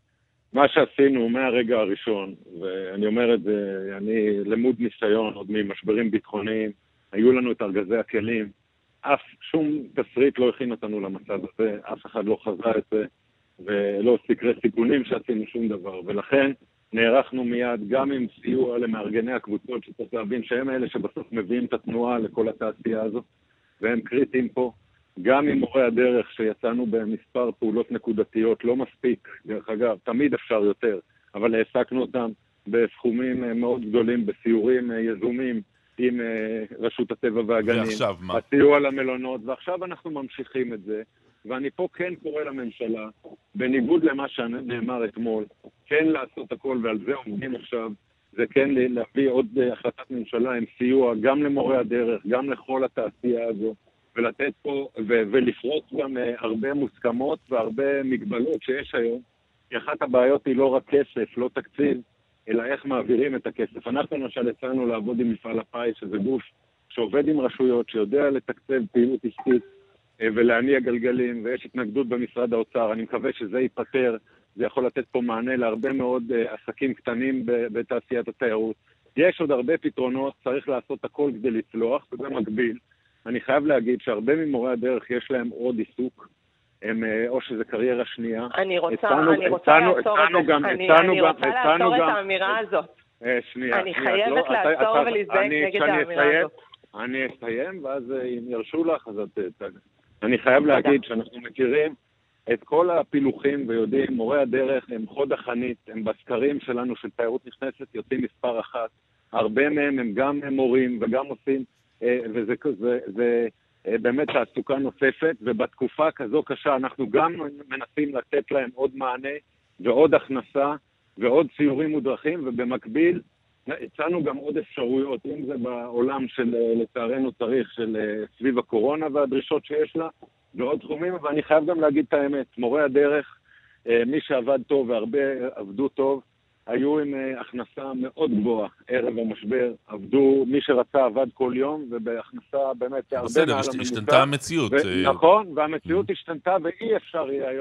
H: מה שעשינו מהרגע הראשון, ואני אומר את זה, אני למוד ניסיון עוד ממשברים ביטחוניים, היו לנו את ארגזי הכלים, אף שום תסריט לא הכין אותנו למצב הזה, אף אחד לא חזה את זה, ולא סקרי סיכונים שעשינו שום דבר, ולכן נערכנו מיד גם עם סיוע למארגני הקבוצות, שצריך להבין שהם אלה שבסוף מביאים את התנועה לכל התעשייה הזאת, והם קריטיים פה, גם עם מורי הדרך שיצאנו במספר פעולות נקודתיות, לא מספיק, דרך אגב, תמיד אפשר יותר, אבל העסקנו אותם בסכומים מאוד גדולים, בסיורים יזומים עם רשות הטבע והגנים.
C: ועכשיו מה?
H: הסיוע למלונות, ועכשיו אנחנו ממשיכים את זה, ואני פה כן קורא לממשלה, בניגוד למה שנאמר אתמול, כן לעשות הכל, ועל זה עומדים עכשיו, זה כן להביא עוד החלטת ממשלה עם סיוע גם למורי הדרך, גם לכל התעשייה הזו, ולתת פה, ו- ולפרוץ גם uh, הרבה מוסכמות והרבה מגבלות שיש היום, כי אחת הבעיות היא לא רק כסף, לא תקציב, אלא איך מעבירים את הכסף. אנחנו למשל הצענו לעבוד עם מפעל הפיס, שזה גוף שעובד עם רשויות, שיודע לתקצב פעילות עסקית uh, ולהניע גלגלים, ויש התנגדות במשרד האוצר. אני מקווה שזה ייפטר, זה יכול לתת פה מענה להרבה מאוד uh, עסקים קטנים ב- בתעשיית התיירות. יש עוד הרבה פתרונות, צריך לעשות הכל כדי לצלוח, ובמקביל, אני חייב להגיד שהרבה ממורי הדרך יש להם עוד עיסוק, הם, או שזה קריירה שנייה.
E: אני רוצה, הצענו, אני רוצה הצענו, לעצור הצענו את זה. אני, אני רוצה לעצור את האמירה הזאת.
H: שנייה,
E: אני
H: שנייה,
E: חייבת
H: לא,
E: לעצור
H: אתה,
E: ולזדק
H: אני,
E: נגד האמירה
H: אסיים,
E: הזאת.
H: אני אסיים, ואז אם ירשו לך, אז את... אני חייב להגיד שאנחנו מכירים את כל הפילוחים ויודעים, מורי הדרך הם חוד החנית, הם בסקרים שלנו של תיירות נכנסת, יוצאים מספר אחת. הרבה מהם הם גם מורים וגם עושים... וזה זה, זה, באמת תעסוקה נוספת, ובתקופה כזו קשה אנחנו גם מנסים לתת להם עוד מענה ועוד הכנסה ועוד ציורים מודרכים, ובמקביל הצענו גם עוד אפשרויות, אם זה בעולם של לצערנו צריך של סביב הקורונה והדרישות שיש לה, ועוד תחומים, ואני חייב גם להגיד את האמת, מורי הדרך, מי שעבד טוב והרבה עבדו טוב, היו עם הכנסה מאוד גבוהה, ערב המשבר, עבדו, מי שרצה עבד כל יום, ובהכנסה באמת הרבה מעל הממוצע.
C: בסדר, השתנתה המציאות.
H: נכון, והמציאות השתנתה, ואי אפשר יהיה היום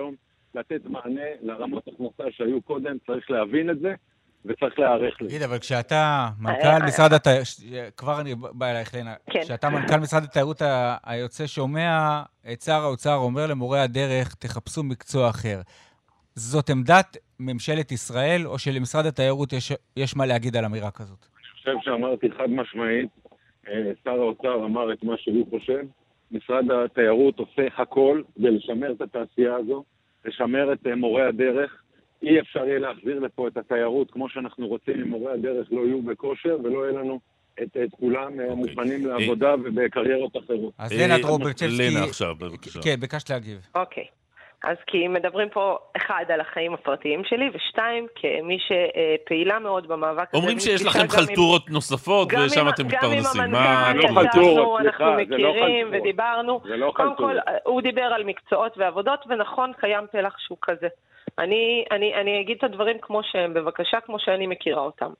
H: לתת מענה לרמות הכנסה שהיו קודם, צריך להבין את זה, וצריך להערך לזה.
B: תגיד, אבל כשאתה מנכ"ל משרד התיירות, כבר אני בא אלייך, לנה, כשאתה מנכ"ל משרד התיירות היוצא שומע את שר האוצר אומר למורי הדרך, תחפשו מקצוע אחר. זאת עמדת ממשלת ישראל, או שלמשרד התיירות יש, יש מה להגיד על אמירה כזאת?
H: אני חושב שאמרתי חד משמעית, שר האוצר אמר את מה שהוא חושב, משרד התיירות עושה הכל כדי לשמר את התעשייה הזו, לשמר את מורי הדרך, אי אפשר יהיה להחזיר לפה את התיירות כמו שאנחנו רוצים, אם מורי הדרך לא יהיו בכושר ולא יהיה לנו את, את כולם okay. מוכנים לעבודה hey. ובקריירות אחרות.
B: אז לנה דרובלצ'בסקי,
C: לנה עכשיו, בבקשה.
B: כן, ביקשת להגיב.
E: אוקיי. Okay. אז כי מדברים פה, אחד, על החיים הפרטיים שלי, ושתיים, כמי שפעילה מאוד במאבק הזה.
C: אומרים שיש לכם חלטורות נוספות, ושם אתם מתפרנסים.
E: גם עם המנכ"ל ישבנו, אנחנו מכירים ודיברנו. קודם כל, הוא דיבר על מקצועות ועבודות, ונכון, קיים פלח שהוא כזה. אני, אני, אני אגיד את הדברים כמו שהם, בבקשה, כמו שאני מכירה אותם.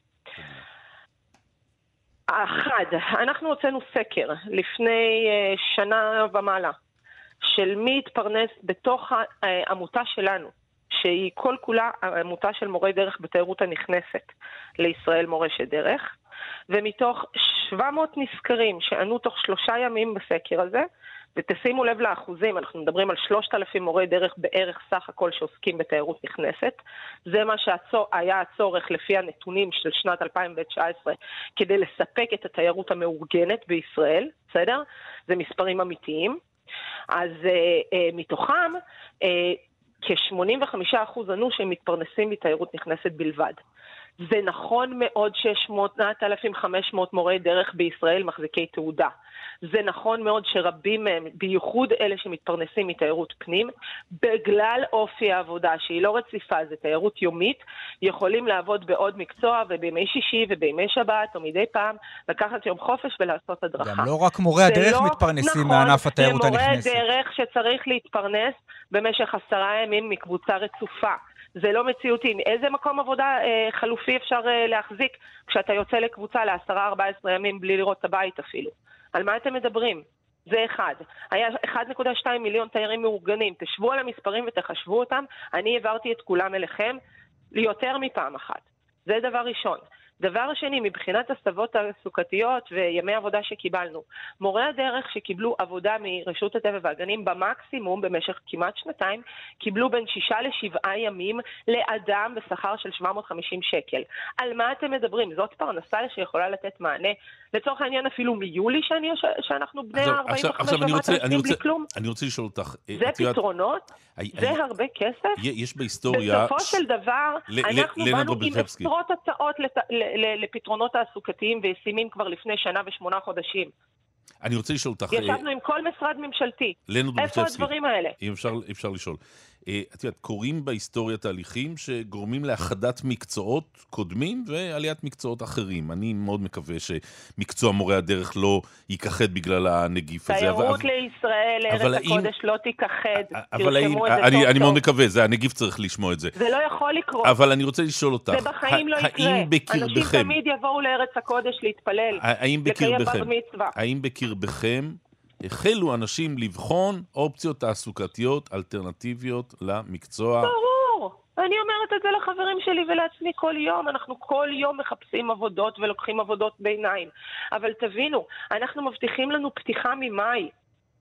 E: אחד, אנחנו הוצאנו סקר לפני שנה ומעלה, של מי התפרנס בתוך העמותה שלנו, שהיא כל כולה עמותה של מורי דרך בתיירות הנכנסת לישראל מורשת דרך, ומתוך שבע מאות נזכרים שענו תוך שלושה ימים בסקר הזה, ותשימו לב לאחוזים, אנחנו מדברים על שלושת אלפים מורי דרך בערך סך הכל שעוסקים בתיירות נכנסת, זה מה שהיה הצורך לפי הנתונים של שנת אלפיים תשע עשרה, כדי לספק את התיירות המאורגנת בישראל, בסדר? זה מספרים אמיתיים. אז uh, uh, מתוכם uh, כ-שמונים וחמישה אחוז ענו שהם מתפרנסים מתיירות נכנסת בלבד. זה נכון מאוד ש-שמונת אלפים וחמש מאות מורי דרך בישראל מחזיקי תעודה. זה נכון מאוד שרבים מהם, בייחוד אלה שמתפרנסים מתיירות פנים, בגלל אופי העבודה שהיא לא רציפה, זה תיירות יומית, יכולים לעבוד בעוד מקצוע ובימי שישי ובימי שבת או מדי פעם, לקחת יום חופש ולעשות הדרכה.
B: גם לא רק מורי הדרך לא מתפרנסים נכון, מענף התיירות הנכנסת.
E: למורי דרך שצריך להתפרנס במשך עשרה ימים מקבוצה רצופה. זה לא מציאותי. איזה מקום עבודה אה, חלופי אפשר אה, להחזיק כשאתה יוצא לקבוצה ל-עשרה ארבע עשרה ימים בלי לראות את הבית אפילו? על מה אתם מדברים? זה אחד. היה אחד נקודה שתיים מיליון תיירים מאורגנים. תשבו על המספרים ותחשבו אותם. אני העברתי את כולם אליכם ליותר מפעם אחת. זה דבר ראשון. דבר שני, מבחינת הסבות התעסוקתיות וימי עבודה שקיבלנו, מורי הדרך שקיבלו עבודה מרשות הטבע והגנים במקסימום במשך כמעט שנתיים, קיבלו בין שישה לשבעה ימים לאדם בשכר של שבע מאות וחמישים שקל. על מה אתם מדברים? זאת פרנסה שיכולה לתת מענה. לצורך העניין אפילו מיולי שאני, שאנחנו בני ארבעים וחמש ומטה בלי כלום.
C: אני רוצה לשאול אותך.
E: זה פתרונות? זה הרבה כסף?
C: יש בהיסטוריה...
E: בסופו של דבר, אנחנו באנו עם עשרות הצעות לפתרונות תעסוקתיים וישימים כבר לפני שנה ושמונה חודשים.
C: אני רוצה לשאול אותך...
E: ישבנו עם כל משרד ממשלתי. איפה הדברים האלה?
C: אם אפשר, אפשר לשאול. את יודעת, קוראים בהיסטוריה תהליכים שגורמים להחדת מקצועות קודמים ועליית מקצועות אחרים. אני מאוד מקווה שמקצוע מורי הדרך לא ייכחד בגלל הנגיף הזה.
E: תיירות לישראל, ארץ הקודש לא תיכחד.
C: אבל אני מאוד מקווה, זה הנגיף צריך לשמוע את זה.
E: זה לא יכול לקרות.
C: אבל אני רוצה לשאול אותך.
E: זה בחיים לא יקרה. אנשים תמיד יבואו לארץ הקודש להתפלל, לקיים בר מצווה.
C: האם בקרבכם החלו אנשים לבחון אופציות תעסוקתיות אלטרנטיביות למקצוע?
E: ברור. אני אומרת את זה לחברים שלי ולעצמי כל יום. אנחנו כל יום מחפשים עבודות ולוקחים עבודות ביניים. אבל תבינו, אנחנו מבטיחים לנו פתיחה ממאי.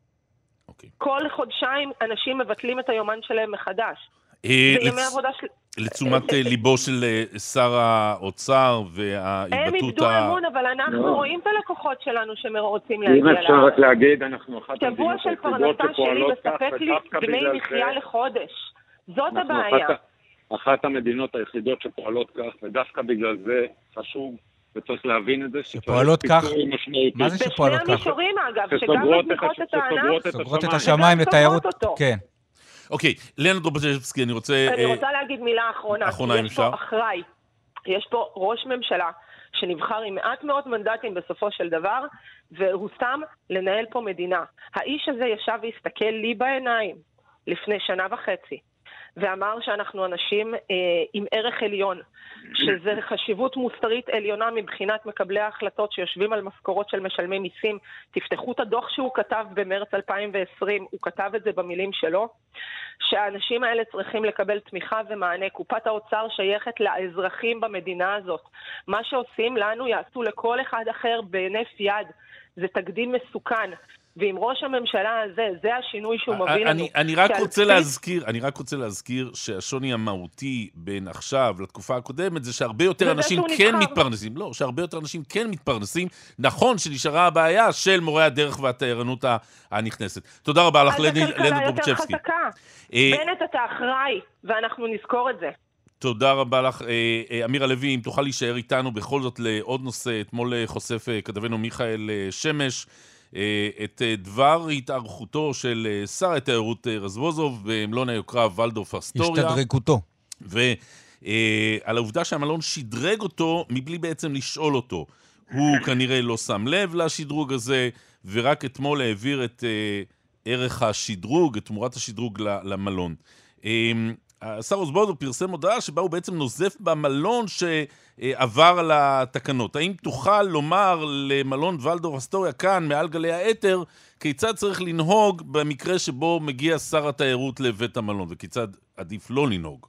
C: אוקיי.
E: כל חודשיים אנשים מבטלים את היומן שלהם מחדש. זה ימי עבודה של...
C: לתשומת ליבו של שר האוצר וההתבטאות...
E: הם איבדו אמון, אבל אנחנו רואים את הלקוחות שלנו שרוצים להגיע לארץ.
H: אם אפשר רק להגיד, אנחנו אחת
E: שבוע של פרנסה שלי מספק לי דמי מחיה לחודש. זאת הבעיה.
H: אחת המדינות היחידות שפועלות כך, ודווקא בגלל זה חשוב, וצריך להבין את זה,
B: שפועלות כך, מה זה שפועלות כך?
E: בשני המישורים אגב, שגם מצליחות את הענף,
B: סוגרות את השמיים לתיירות, כן.
C: אוקיי, לנה דרובלצ'בסקי, אני רוצה...
E: אני רוצה להגיד מילה אחרונה.
C: אחרונה, אם אפשר.
E: יש פה אחראי. יש פה ראש ממשלה שנבחר עם מעט מאוד מנדטים בסופו של דבר, והוא סתם לנהל פה מדינה. האיש הזה ישב והסתכל לי בעיניים לפני שנה וחצי, ואמר שאנחנו אנשים אה, עם ערך עליון, שזה חשיבות מוסרית עליונה מבחינת מקבלי ההחלטות שיושבים על משכורות של משלמי מיסים. תפתחו את הדוח שהוא כתב במרץ אלפיים ועשרים, הוא כתב את זה במילים שלו, שהאנשים האלה צריכים לקבל תמיכה ומענה. קופת האוצר שייכת לאזרחים במדינה הזאת. מה שעושים לנו יעשו לכל אחד אחר בהינף יד. זה תקדים מסוכן. ועם ראש הממשלה הזה, זה השינוי שהוא מוביל לנו.
C: אני רק רוצה להזכיר, אני רק רוצה להזכיר שהשוני המהותי בין עכשיו לתקופה הקודמת, זה שהרבה יותר אנשים כן מתפרנסים. לא, שהרבה יותר אנשים כן מתפרנסים. נכון שנשארה הבעיה של מורי הדרך והתיירנות הנכנסת. תודה רבה לך, לני ברובצ'בסקי.
E: בנט, אתה אחראי, ואנחנו נזכור את זה.
C: תודה רבה לך. אמירה לוי, אם תוכל להישאר איתנו בכל זאת לעוד נושא, אתמול חושף כתבנו מיכאל שמש, את דבר התארכותו של שר התיירות רזבוזוב במלון היוקרה ולדורף אסטוריה.
B: השתדרגותו.
C: ועל העובדה שהמלון שדרג אותו מבלי בעצם לשאול אותו. הוא כנראה לא שם לב לשדרוג הזה, ורק אתמול העביר את ערך השדרוג, את תמורת השדרוג למלון. השר רזבוזוב פרסם הודעה שבה הוא בעצם נוזף במלון שעבר על התקנות. האם תוכל לומר למלון ולדורף אסטוריה כאן, מעל גלי האתר, כיצד צריך לנהוג במקרה שבו מגיע שר התיירות לבית המלון, וכיצד עדיף לא לנהוג?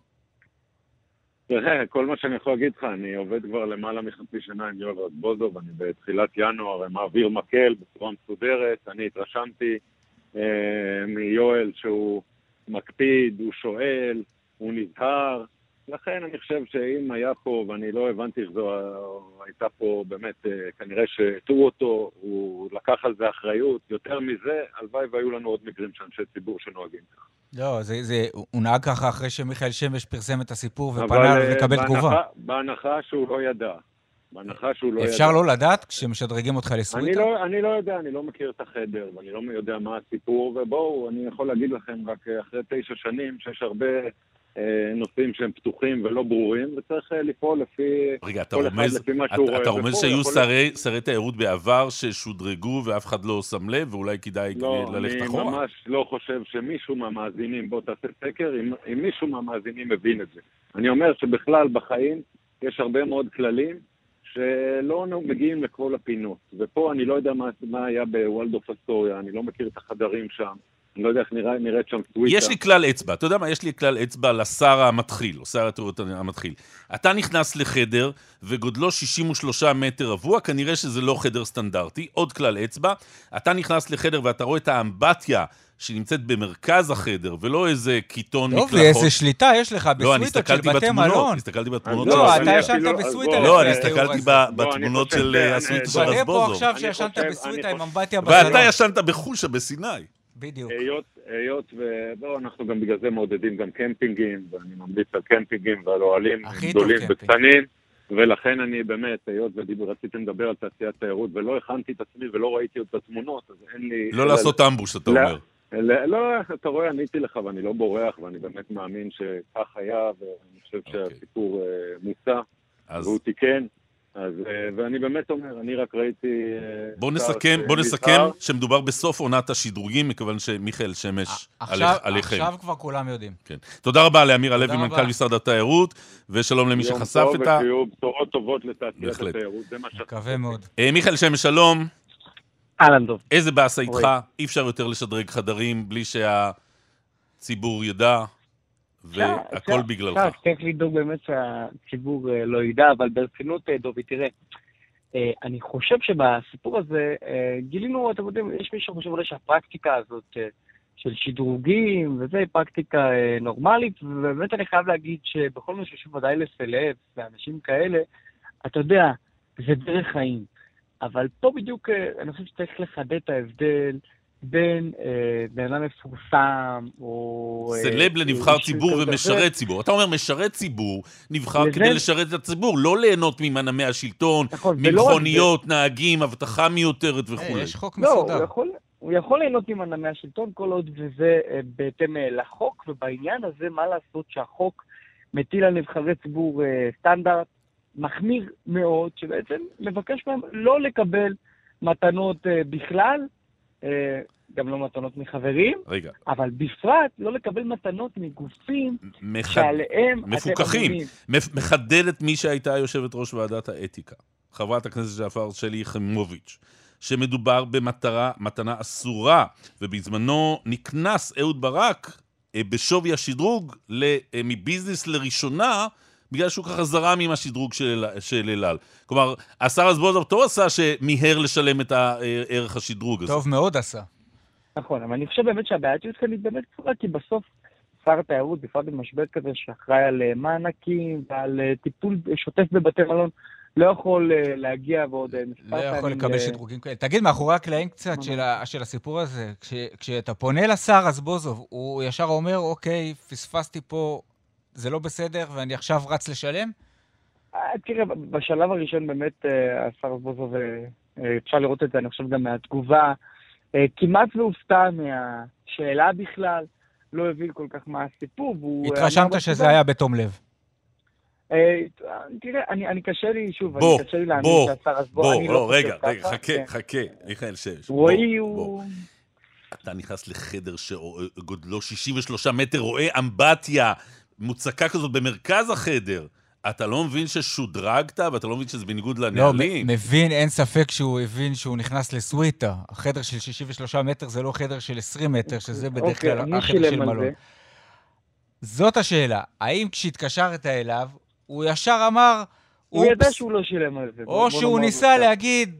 H: תראה, כל מה שאני יכול להגיד לך, אני עובד כבר למעלה מחצי שנה עם יואל רזבוזוב, אני בתחילת ינואר מעביר מקל בצורה מסודרת, אני התרשמתי אה, מיואל שהוא מקפיד, הוא שואל, הוא נזהר, לכן אני חושב שאם היה פה, ואני לא הבנתי שזו הייתה פה באמת, כנראה שטעו אותו, הוא לקח על זה אחריות, יותר מזה, הלוואי והיו לנו עוד מקרים שאנשי ציבור שנוהגים ככה.
B: לא, זה, זה, הוא נהג ככה אחרי שמיכאל שמש פרסם את הסיפור ופנה לקבל תגובה.
H: בהנחה שהוא לא ידע. בהנחה שהוא לא ידע.
B: אפשר לא לדעת כשמשדרגים אותך לסוויטה?
H: אני לא, אני לא יודע, אני לא מכיר את החדר, ואני לא יודע מה הסיפור, ובואו, אני יכול להגיד לכם רק אחרי תשע שנים שיש הרבה אה, נושאים שהם פתוחים ולא ברורים, וצריך אה, לפעול לפי...
C: רגע, אתה רומז, אתה, אתה רומז שהיו שרי, שרי תיירות בעבר ששודרגו ואף אחד לא שם לב, ואולי כדאי
H: לא,
C: ללכת אחורה?
H: לא, אני ממש לא חושב שמישהו מהמאזינים, בוא תעשה סקר, אם, אם מישהו מהמאזינים מבין את זה. אני אומר שבכלל בחיים יש הרבה מאוד כללים, שלא מגיעים לכל הפינות. ופה אני לא יודע מה, מה היה בוולדורף אסטוריה, אני לא מכיר את החדרים שם, אני לא יודע איך נראה, נראית שם סוויטה.
C: יש לי כלל אצבע, אתה יודע מה? יש לי כלל אצבע לשר המתחיל, או שר התיירות המתחיל. אתה נכנס לחדר, וגודלו שישים ושלושה מטר רבוע, כנראה שזה לא חדר סטנדרטי, עוד כלל אצבע. אתה נכנס לחדר ואתה רואה את האמבטיה, שנמצאת במרכז החדר, ולא איזה קיטון מקלחות.
B: טוב, ואיזה שליטה יש לך בסוויטות של בתי מלון.
C: לא, אני הסתכלתי בתמונות.
B: לא, אתה ישנת בסוויטה.
C: לא, אני הסתכלתי בתמונות של הסוויטה של רזבוזוב.
B: פה עכשיו שישנת בסוויטה עם אמבטיה
C: בסלון. ואתה ישנת בחושה, בסיני.
B: בדיוק.
H: היות ובואו, אנחנו גם בגלל זה מעודדים גם קמפינגים, ואני ממליץ על קמפינגים ועל אוהלים גדולים וקטנים, ולכן אני באמת, היות ורציתם לדבר על תעשיית תיירות, ולא הכנתי את עצמי ולא ראיתי את התמונות, אז אין לי...
C: לא לעשות אמבוש, אתה אומר.
H: לא, אתה רואה, עניתי לך ואני לא בורח, ואני באמת מאמין שכך היה, ואני חושב שהסיפור מוצא, והוא תיקן. אז, ואני באמת אומר, אני רק ראיתי...
C: בוא נסכם, בוא נסכם שמדובר בסוף עונת השדרוגים, מכיוון שמיכאל שמש עליכם.
B: עכשיו כבר כולם יודעים.
C: כן. תודה רבה לאמיר הלוי, מנכ"ל משרד התיירות, ושלום למי שחשף את ה...
H: יום טוב ושיהיו בשורות טובות לתעשיית התיירות, זה מה שאתה...
B: מקווה מאוד.
C: מיכאל שמש, שלום.
I: אהלן טוב.
C: איזה בעשה איתך? אי אפשר יותר לשדרג חדרים בלי שהציבור ידע, והכל בגללך.
I: צריך לדאוג באמת שהציבור לא ידע, אבל ברצינות, דובי, תראה, אני חושב שבסיפור הזה גילינו, אתם יודעים, יש מי שחושב אולי שהפרקטיקה הזאת של שדרוגים, וזה פרקטיקה נורמלית, ובאמת אני חייב להגיד שבכל מה ששוב ודאי לסלב, ואנשים כאלה, אתה יודע, זה דרך חיים. אבל פה בדיוק אני חושב שצריך לחדד את ההבדל בין בן אדם מפורסם או...
C: סלב לנבחר ציבור ומשרת ציבור. אתה אומר משרת ציבור, נבחר כדי לשרת את הציבור, לא ליהנות ממנעמי השלטון, ממכוניות, נהגים, הבטחה מיותרת וכו'.
B: יש חוק מסודר.
I: הוא יכול ליהנות ממנעמי השלטון כל עוד וזה בהתאם לחוק, ובעניין הזה מה לעשות שהחוק מטיל על נבחרי ציבור סטנדרט, מחמיר מאוד, שבעצם מבקש מהם לא לקבל מתנות uh, בכלל, uh, גם לא מתנות מחברים,
C: רגע.
I: אבל בפרט לא לקבל מתנות מגופים
C: מח...
I: שעליהם
C: מפוקחים. מפ... מחדדת מי שהייתה יושבת ראש ועדת האתיקה, חברת הכנסת לשעבר שלי יחימוביץ', שמדובר במטרה, מתנה אסורה, ובזמנו נקנס אהוד ברק בשווי השדרוג מביזנס לראשונה, בגלל שהוא ככה זרם עם השדרוג של, של אל על. כלומר, השר רזבוזוב טוב עשה שמיהר לשלם את הערך השדרוג הזה.
B: טוב מאוד עשה.
I: נכון, אבל אני חושב באמת שהבעייתיות כאן היא באמת כפולה, כי בסוף שר התיירות, בפרט במשבר כזה שאחראי על מענקים ועל טיפול שוטף בבתי מלון, לא יכול להגיע ועוד מספר
B: פעמים... לא יכול לקבל שדרוגים כאלה. תגיד, מאחורי הקלעים קצת של, של הסיפור הזה, כש, כשאתה פונה לשר רזבוזוב, הוא ישר אומר, אוקיי, פספסתי פה, זה לא בסדר, ואני עכשיו רץ לשלם?
I: תראה, בשלב הראשון באמת השר רזבוזוב, אפשר לראות את זה, אני חושב גם מהתגובה, כמעט והופתע מהשאלה בכלל, לא הבין כל כך מה הסיפור.
B: התרשמת שזה היה בתום לב.
I: תראה, אני קשה לי, שוב,
C: בוא,
I: אני קשה לי להאמין
C: בוא,
I: שהשר רזבוזוב,
C: בוא,
I: אני
C: לא,
I: לא
C: רגע,
I: חושב
C: רגע,
I: ככה.
C: חכה, חכה, מיכאל שמש.
I: רועי הוא...
C: אתה נכנס לחדר שגודלו שישים ושלושה מטר, רואה אמבטיה מוצקה כזאת במרכז החדר. אתה לא מבין ששודרגת, ואתה לא מבין שזה בניגוד לנהלים?
B: לא, מבין, אין ספק שהוא הבין שהוא נכנס לסוויטה. החדר של שישים ושלושה מטר זה לא חדר של עשרים מטר, שזה בדרך כלל החדר של מלון. זאת השאלה. האם כשהתקשרת אליו, הוא ישר אמר...
I: הוא ידע שהוא לא שילם על זה.
B: או שהוא ניסה להגיד,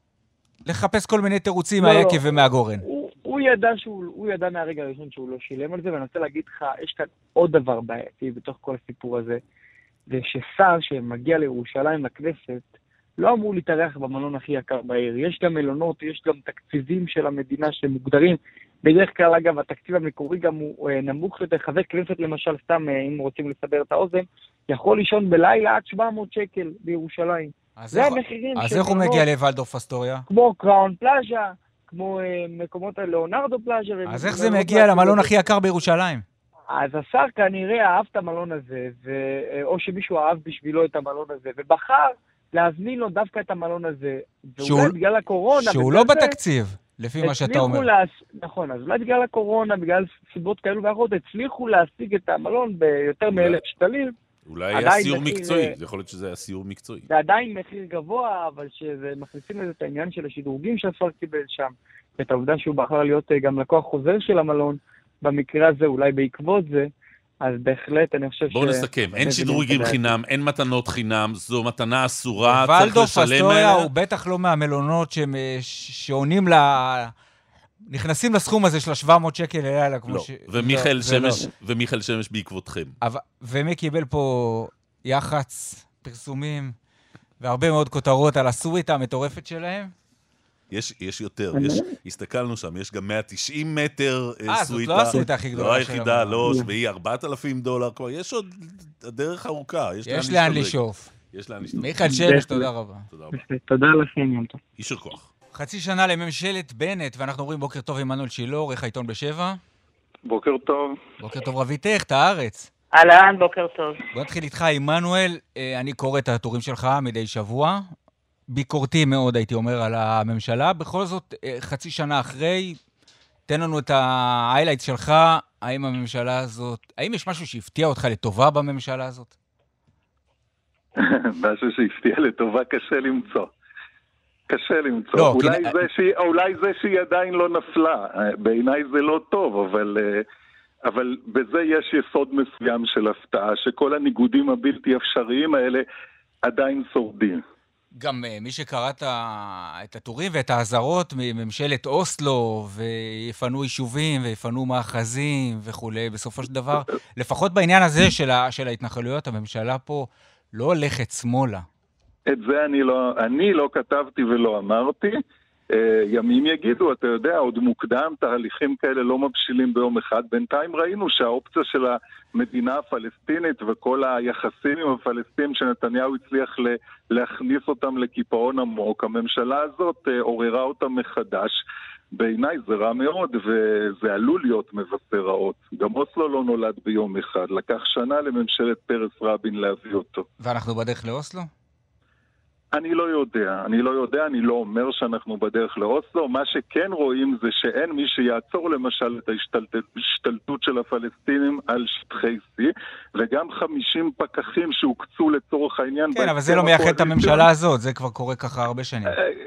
B: לחפש כל מיני תירוצים מהיקב ומהגורן.
I: הוא ידע שהוא ידע מהרגע הראשון שהוא לא שילם על זה, ואני רוצה להגיד לך, יש כאן עוד דבר בעייתי בתוך כל הסיפור הזה. זה ששר שמגיע לירושלים לכנסת, לא אמור להתארח במלון הכי יקר בעיר. יש גם מלונות, יש גם תקציבים של המדינה שמוגדרים. בדרך כלל, אגב, התקציב המקורי גם הוא נמוך יותר. חבר כנסת, למשל, סתם, אם רוצים לסבר את האוזן, יכול לישון בלילה עד שבע מאות שקל בירושלים.
B: זה המחירים של... אז איך הוא מגיע לוולדורף אסטוריה?
I: כמו קראון פלאז'ה, כמו מקומות ליאונרדו פלאז'ה.
B: אז איך זה מגיע למלון הכי יקר בירושלים?
I: אז השר כנראה אהב את המלון הזה, ו... או שמישהו אהב בשבילו את המלון הזה, ובחר להזמין לו דווקא את המלון הזה.
B: שהוא,
I: בגלל הקורונה,
B: שהוא לא בתקציב, לפי מה שאתה אומר.
I: לה... נכון, אז אולי בגלל הקורונה, בגלל סיבות כאלו ואחרות, הצליחו להשיג את המלון ביותר מאלף שקלים.
C: אולי היה סיור מקצועי, זה יכול להיות שזה היה סיור מקצועי.
I: זה עדיין מחיר גבוה, אבל שמכניסים לזה את העניין של השדרוגים שהשר קיבל שם, ואת העובדה שהוא בחר להיות גם לקוח חוזר של המלון, במקרה הזה, אולי בעקבות זה, אז בהחלט אני חושב ש...
C: בואו נסכם, אין שדרוגים חינם, אין מתנות חינם, זו מתנה אסורה,
B: צריך לשלם... וולדורף אסטוריה הוא בטח לא מהמלונות שעונים ל... נכנסים לסכום הזה של שבע מאות שקל אלילה, כמו ש...
C: ומיכאל שמש, ומיכאל שמש בעקבותכם.
B: ומי קיבל פה יח"צ, פרסומים, והרבה מאוד כותרות על הסוויטה המטורפת שלהם?
C: יש, יש יותר, יש, הסתכלנו שם, יש גם מאה ותשעים מטר סוויטה.
B: אה, זאת לא הסוויטה הכי גדולה.
C: לא היחידה, לא, והיא ארבעת אלפים דולר, כבר יש עוד דרך ארוכה.
B: יש לאן לשאוף.
C: יש לאן לשאוף.
B: מיכאל שמש, תודה רבה.
C: תודה רבה.
I: תודה לכם, יום טוב.
C: יישר כוח.
B: חצי שנה לממשלת בנט, ואנחנו רואים בוקר טוב עמנואל שילה, עורך העיתון בשבע.
J: בוקר טוב.
B: בוקר טוב רביתך, את הארץ.
E: אהלן, בוקר טוב.
B: בוא נתחיל איתך, עמנואל, אני קורא את הטורים שלך מדי שבוע. ביקורתי מאוד, הייתי אומר, על הממשלה. בכל זאת, חצי שנה אחרי, תן לנו את ההיילייט שלך, האם הממשלה הזאת, האם יש משהו שהפתיע אותך לטובה בממשלה הזאת?
J: משהו שהפתיע לטובה קשה למצוא. קשה למצוא. לא, אולי, כי... זה שהיא, אולי זה שהיא עדיין לא נפלה. בעיניי זה לא טוב, אבל, אבל בזה יש יסוד מסוים של הפתעה, שכל הניגודים הבלתי אפשריים האלה עדיין שורדים.
B: גם מי שקרא את הטורים ואת ההזרות מממשלת אוסלו, ויפנו יישובים ויפנו מאחזים וכו', בסופו של דבר, לפחות בעניין הזה של, ה, של ההתנחלויות, הממשלה פה לא הולכת שמאלה.
J: את זה אני לא, אני לא כתבתי ולא אמרתי. ימים יגידו, אתה יודע, עוד מוקדם, תהליכים כאלה לא מבשילים ביום אחד. בינתיים ראינו שהאופציה של המדינה הפלסטינית וכל היחסים עם הפלסטינים שנתניהו הצליח להכניס אותם לקיפאון עמוק, הממשלה הזאת עוררה אותם מחדש. בעיניי זה רע מאוד, וזה עלול להיות מבשר רעות. גם אוסלו לא נולד ביום אחד, לקח שנה לממשלת פרס רבין להביא אותו.
B: ואנחנו בדרך לאוסלו?
J: אני לא יודע, אני לא יודע, אני לא אומר שאנחנו בדרך לאוסלו, מה שכן רואים זה שאין מי שיעצור למשל את ההשתלטות של הפלסטינים על שטחי C, וגם חמישים פקחים שהוקצו לצורך העניין...
B: כן, אבל זה לא מייחד את הממשלה הזאת, זה כבר קורה ככה הרבה שנים.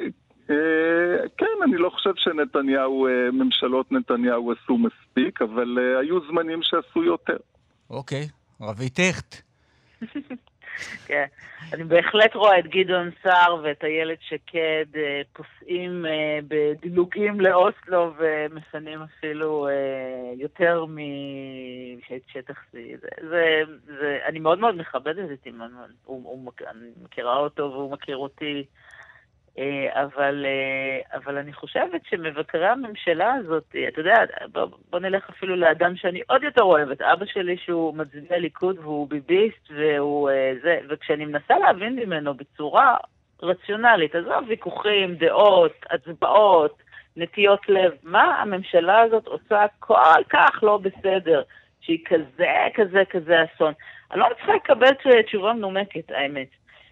J: כן, אני לא חושב שנתניהו, ממשלות נתניהו עשו מספיק, אבל היו זמנים שעשו יותר.
B: אוקיי, רבית הכט.
K: כן, אני בהחלט רואה את גדעון סער ואת איילת שקד פוסעים בדילוגים לאוסלו ומפנים אפילו יותר משטח C. זה, זה, אני מאוד מאוד מכבדת את אימנואל, אני מכירה אותו והוא מכיר אותי, אבל, אבל אני חושבת שמבקרי הממשלה הזאת, אתה יודע, בוא, בוא נלך אפילו לאדם שאני עוד יותר אוהבת, אבא שלי שהוא מצביע ליכוד והוא ביביסט, והוא זה, וכשאני מנסה להבין ממנו בצורה רציונלית, אז ויכוחים, דעות, הצבעות, נטיות לב, מה הממשלה הזאת עושה כל כך לא בסדר, שהיא כזה, כזה, כזה אסון. אני לא צריכה לקבל תשובה מנומקת, האמת.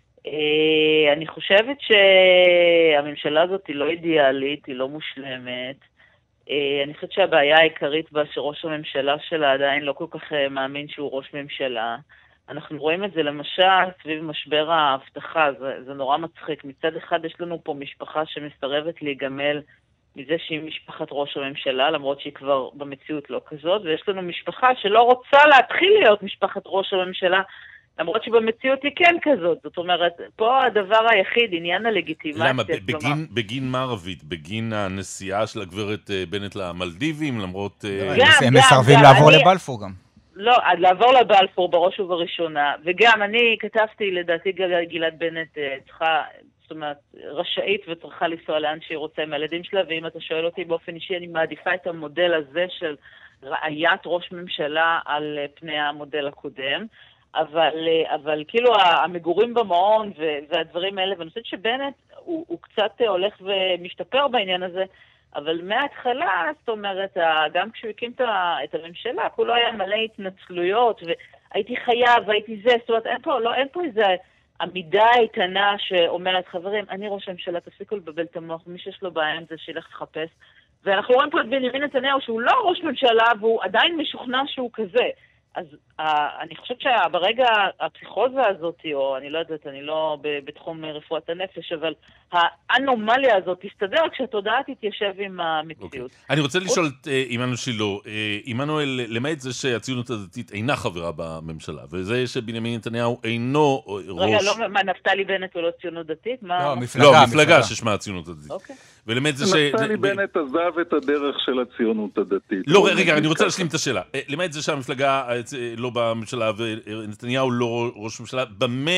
K: Uh, אני חושבת שהממשלה הזאת היא לא אידיאלית, היא לא מושלמת. Uh, אני חושבת שהבעיה העיקרית בה שראש הממשלה שלה עדיין לא כל כך uh, מאמין שהוא ראש ממשלה. אנחנו רואים את זה למשל סביב משבר ההבטחה, זה, זה נורא מצחיק. מצד אחד יש לנו פה משפחה שמסרבת להיגמל מזה שהיא משפחת ראש הממשלה, למרות שהיא כבר במציאות לא כזאת, ויש לנו משפחה שלא רוצה להתחיל להיות משפחת ראש הממשלה, למרות שבמציאות היא כן כזאת. זאת אומרת, פה הדבר היחיד, עניין הלגיטימציה.
C: למה? בגין, בגין מה רבית? בגין הנסיעה של הגברת בנט למלדיבים, למרות...
B: גם, הם מסרבים לעבור לבלפור גם.
K: לא, לעבור לבלפור בראש ובראשונה, וגם אני כתבתי, לדעתי גלעד בנט צריכה, זאת אומרת, רשאית וצריכה לנסוע לאן שהיא רוצה עם הילדים שלה, ואם אתה שואל אותי באופן אישי, אני מעדיפה את המודל הזה של רעיית ראש ממשלה על פני המודל הקודם. אבל, אבל כאילו המגורים במעון והדברים האלה, ואני חושבת שבנט הוא, הוא קצת הולך ומשתפר בעניין הזה, אבל מההתחלה, זאת אומרת, גם כשהוא הקים את הממשלה, כולו היה מלא התנצלויות, והייתי חייב, והייתי זה, זאת אומרת, אין פה, לא, אין פה איזה עמידה איתנה שאומרת, חברים, אני ראש הממשלה, תפסיקו לבלבל את המוח, מי שיש לו בעיה עם זה שילך לחפש, ואנחנו רואים פה את בנימין נתניהו, שהוא לא ראש ממשלה, והוא עדיין משוכנע שהוא כזה. אז uh, אני חושבת שברגע הפסיכוזה הזאת, או אני לא יודעת, אני לא בתחום רפואת הנפש, אבל האנומליה הזאת תסתדר כשהתודעה תתיישב עם המציאות.
C: Okay. אני רוצה לשאול את אימנואל שילה, אימנואל, למעט זה שהציונות הדתית אינה חברה בממשלה, וזה שבנימין נתניהו אינו ראש...
K: רגע, לא, מה, נפתלי בנט הוא לא ציונות דתית? מה...
C: לא, מפלגה, לא, מפלגה ששמה הציונות הדתית.
K: אוקיי.
C: ולמעט זה ש...
J: נפתלי בנט עזב את הדרך של הציונות הדתית.
C: לא, רגע, אני רוצה להשלים את השאלה. למעט זה שהמפלגה לא בממשלה ונתניהו לא ראש ממשלה, במה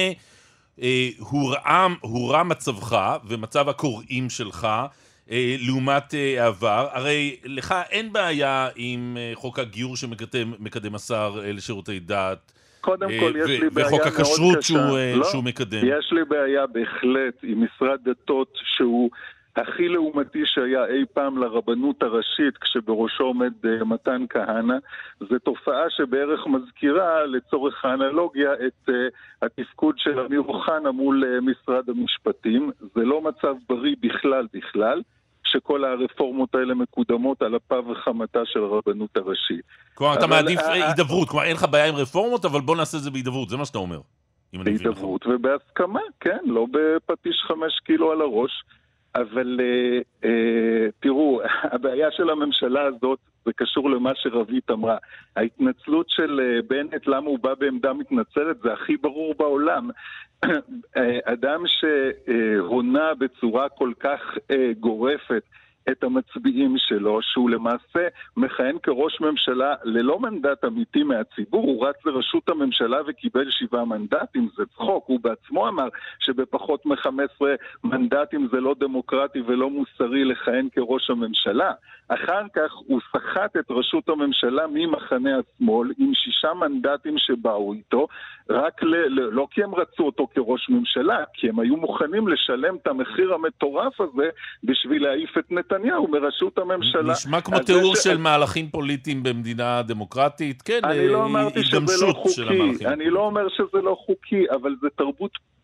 C: הורע מצבך ומצב הקוראים שלך לעומת העבר? הרי לך אין בעיה עם חוק הגיור שמקדם השר לשירותי דת,
J: קודם כל יש לי בעיה מאוד קשה.
C: וחוק הכשרות שהוא מקדם.
J: יש לי בעיה בהחלט עם משרד דתות שהוא הכי לעומתי שהיה אי פעם לרבנות הראשית, כשבראשו עומד מתן כהנא. זו תופעה שבערך מזכירה לצורך האנלוגיה את uh, התפקוד של אמיר אוחנה מול uh, משרד המשפטים. זה לא מצב בריא בכלל בכלל, שכל הרפורמות האלה מקודמות על אפה וחמתה של הרבנות הראשית.
C: כלומר, אתה מעדיף הידברות, כלומר אין לך בעיה עם רפורמות, אבל בוא נעשה את זה בהידברות, זה מה שאתה אומר.
J: בהידברות ובהסכמה, כן, לא בפטיש חמש קילו על הראש. אבל uh, uh, תראו, הבעיה של הממשלה הזאת, זה קשור למה שרבית אמרה. ההתנצלות של uh, בנט, למה הוא בא בעמדה מתנצלת, זה הכי ברור בעולם. אדם שהונה בצורה כל כך uh, גורפת את המצביעים שלו, שהוא למעשה מכהן כראש ממשלה ללא מנדט אמיתי מהציבור, הוא רץ לראשות הממשלה וקיבל שבעה מנדטים, זה צחוק, הוא בעצמו אמר שבפחות מ-חמישה עשר מנדטים זה לא דמוקרטי ולא מוסרי לכהן כראש הממשלה. אחר כך הוא סחט את ראשות הממשלה ממחנה השמאל עם שישה מנדטים שבאו איתו, רק ל- ל- לא כי הם רצו אותו כראש ממשלה, כי הם היו מוכנים לשלם את המחיר המטורף הזה בשביל להעיף את נתניהו מראשות הממשלה.
C: נשמע כמו תיאור ש... של מהלכים פוליטיים במדינה דמוקרטית, כן,
J: אני לא אמרתי שזה לא חוקי, אני לא אומר שזה לא חוקי, אבל זה תרבות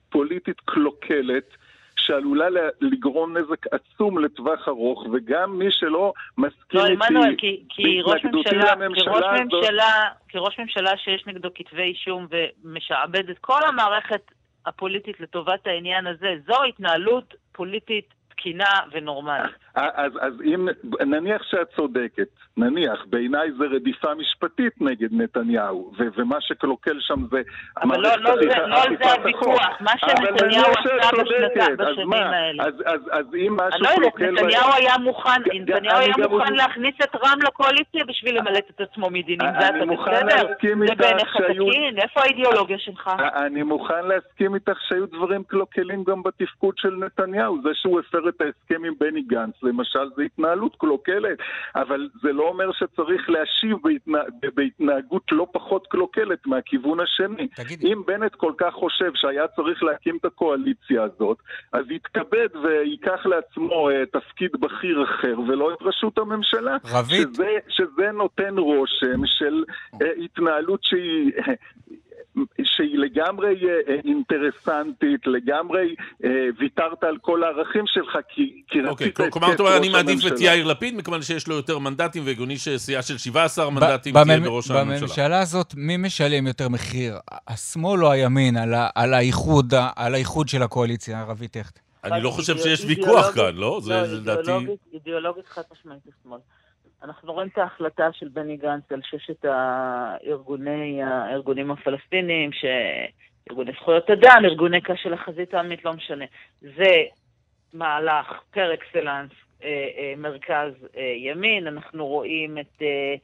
J: פוליטית קלוקלת, שעלולה לגרום נזק עצום לטווח ארוך, וגם מי שלא מסכים איתי בהתנגדותי לממשלה הזאת...
K: כראש ממשלה שיש נגדו כתבי אישום ומשעבד את כל המערכת הפוליטית לטובת העניין הזה, זו התנהלות פוליטית תקינה ונורמלית.
J: אז, אז אם, נניח שאת צודקת, נניח, בעיניי זה רדיפה משפטית נגד נתניהו, ו- ומה שקלוקל שם זה...
K: אבל לא, לא, זה, לא על זה הוויכוח, מה שנתניהו עשה בשנים האלה.
J: אז, אז, אז אם משהו
K: לא
J: קלוקל...
K: יודעת, נתניהו היה מוכן, נתניהו היה מוכן להכניס את רם לקואליציה בשביל למלט את עצמו מדינים, זה אתה בסדר? זה בעיניך תקין? איפה האידיאולוגיה שלך?
J: אני מוכן להסכים איתך שהיו דברים קלוקלים גם בתפקוד של נתניהו, זה שהוא הפר את ההסכם עם בני גנץ, למשל, זה התנהלות קלוקלת, אבל זה לא אומר שצריך להשיב בהתנה... בהתנהגות לא פחות קלוקלת מהכיוון השני. תגיד. אם בנט כל כך חושב שהיה צריך להקים את הקואליציה הזאת, אז יתכבד ויקח לעצמו uh, תפקיד בכיר אחר, ולא את ראשות הממשלה.
B: רבית.
J: שזה, שזה נותן רושם של uh, התנהלות שהיא... שהיא לגמרי אינטרסנטית, לגמרי ויתרת על כל הערכים שלך, כי רצית...
C: כלומר, אתה אומר, אני מעדיף את יאיר לפיד, מכיוון שיש לו יותר מנדטים, והגיוני שסיעה של שבעה עשר מנדטים תהיה בראש הממשלה.
B: בממשלה הזאת, מי משלם יותר מחיר? השמאל או הימין על האיחוד של הקואליציה הערבית?
C: אני לא חושב שיש ויכוח כאן, לא? זה לדעתי...
K: אידיאולוגית חד משמעית השמאל. אנחנו רואים את ההחלטה של בני גנץ על ששת הארגוני, הארגונים הפלסטיניים, שארגוני זכויות אדם, ארגוני קש של החזית העמית, לא משנה. זה מהלך פר אקסלנס מרכז ימין. אנחנו רואים את,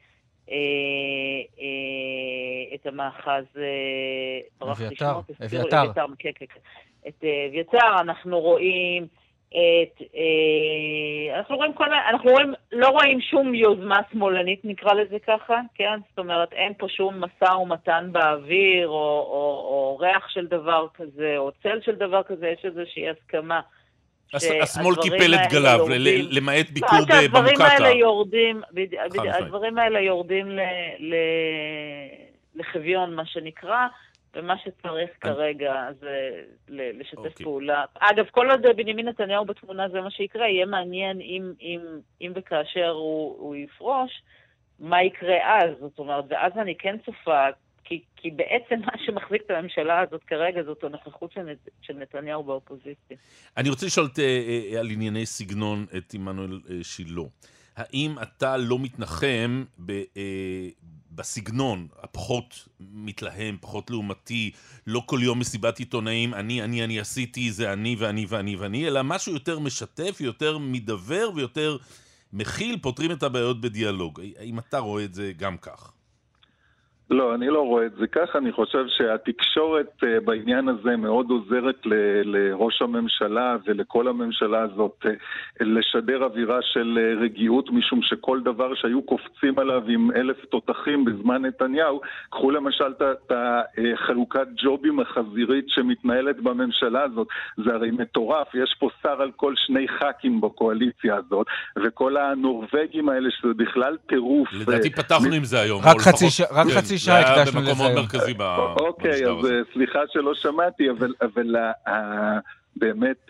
K: את המאחז
B: אביתר, אביתר.
K: את אביתר, אנחנו רואים... את, אה, אנחנו רואים כל, אנחנו רואים, לא רואים שום יוזמה שמאלנית, נקרא לזה ככה, כן? זאת אומרת, אין פה שום מסע ומתן באוויר, או, או, או ריח של דבר כזה, או צל של דבר כזה, יש איזושהי הסכמה.
C: השמאל קיפל את גליו, למעט ביקור במוקטה.
K: הדברים האלה יורדים, הדברים האלה יורדים לחביון, מה שנקרא, ומה שצריך כרגע זה לשתף פעולה. אגב, כל עוד בנימין נתניהו בתמונה זה מה שיקרה, יהיה מעניין אם וכאשר הוא יפרוש, מה יקרה אז. זאת אומרת, ואז אני כן צופה, כי בעצם מה שמחזיק את הממשלה הזאת כרגע זאת הנוכחות של נתניהו באופוזיציה.
C: אני רוצה לשאול על ענייני סגנון את עמנואל שילה. האם אתה לא מתנחם ב... בסגנון, הפחות מתלהם, פחות לעומתי, לא כל יום מסיבת עיתונאים, אני, אני, אני עשיתי, זה אני ואני ואני ואני, אלא משהו יותר משתף, יותר מדבר ויותר מכיל, פותרים את הבעיות בדיאלוג. האם אתה רואה את זה גם כך?
J: לא, אני לא רואה את זה כך. אני חושב שהתקשורת בעניין הזה מאוד עוזרת ל- לראש הממשלה ולכל הממשלה הזאת לשדר אווירה של רגיעות, משום שכל דבר שהיו קופצים עליו עם אלף תותחים בזמן נתניהו, קחו למשל את החלוקת ג'ובים החזירית שמתנהלת בממשלה הזאת. זה הרי מטורף, יש פה שר על כל שני ח"כים בקואליציה הזאת, וכל הנורווגים האלה שזה בכלל טירוף.
C: לדעתי פתחנו עם זה היום.
B: רק חצי ש... רק חצי
C: זה היה במקום מאוד מרכזי במשטר הזה.
J: אוקיי, אז סליחה שלא שמעתי, אבל באמת,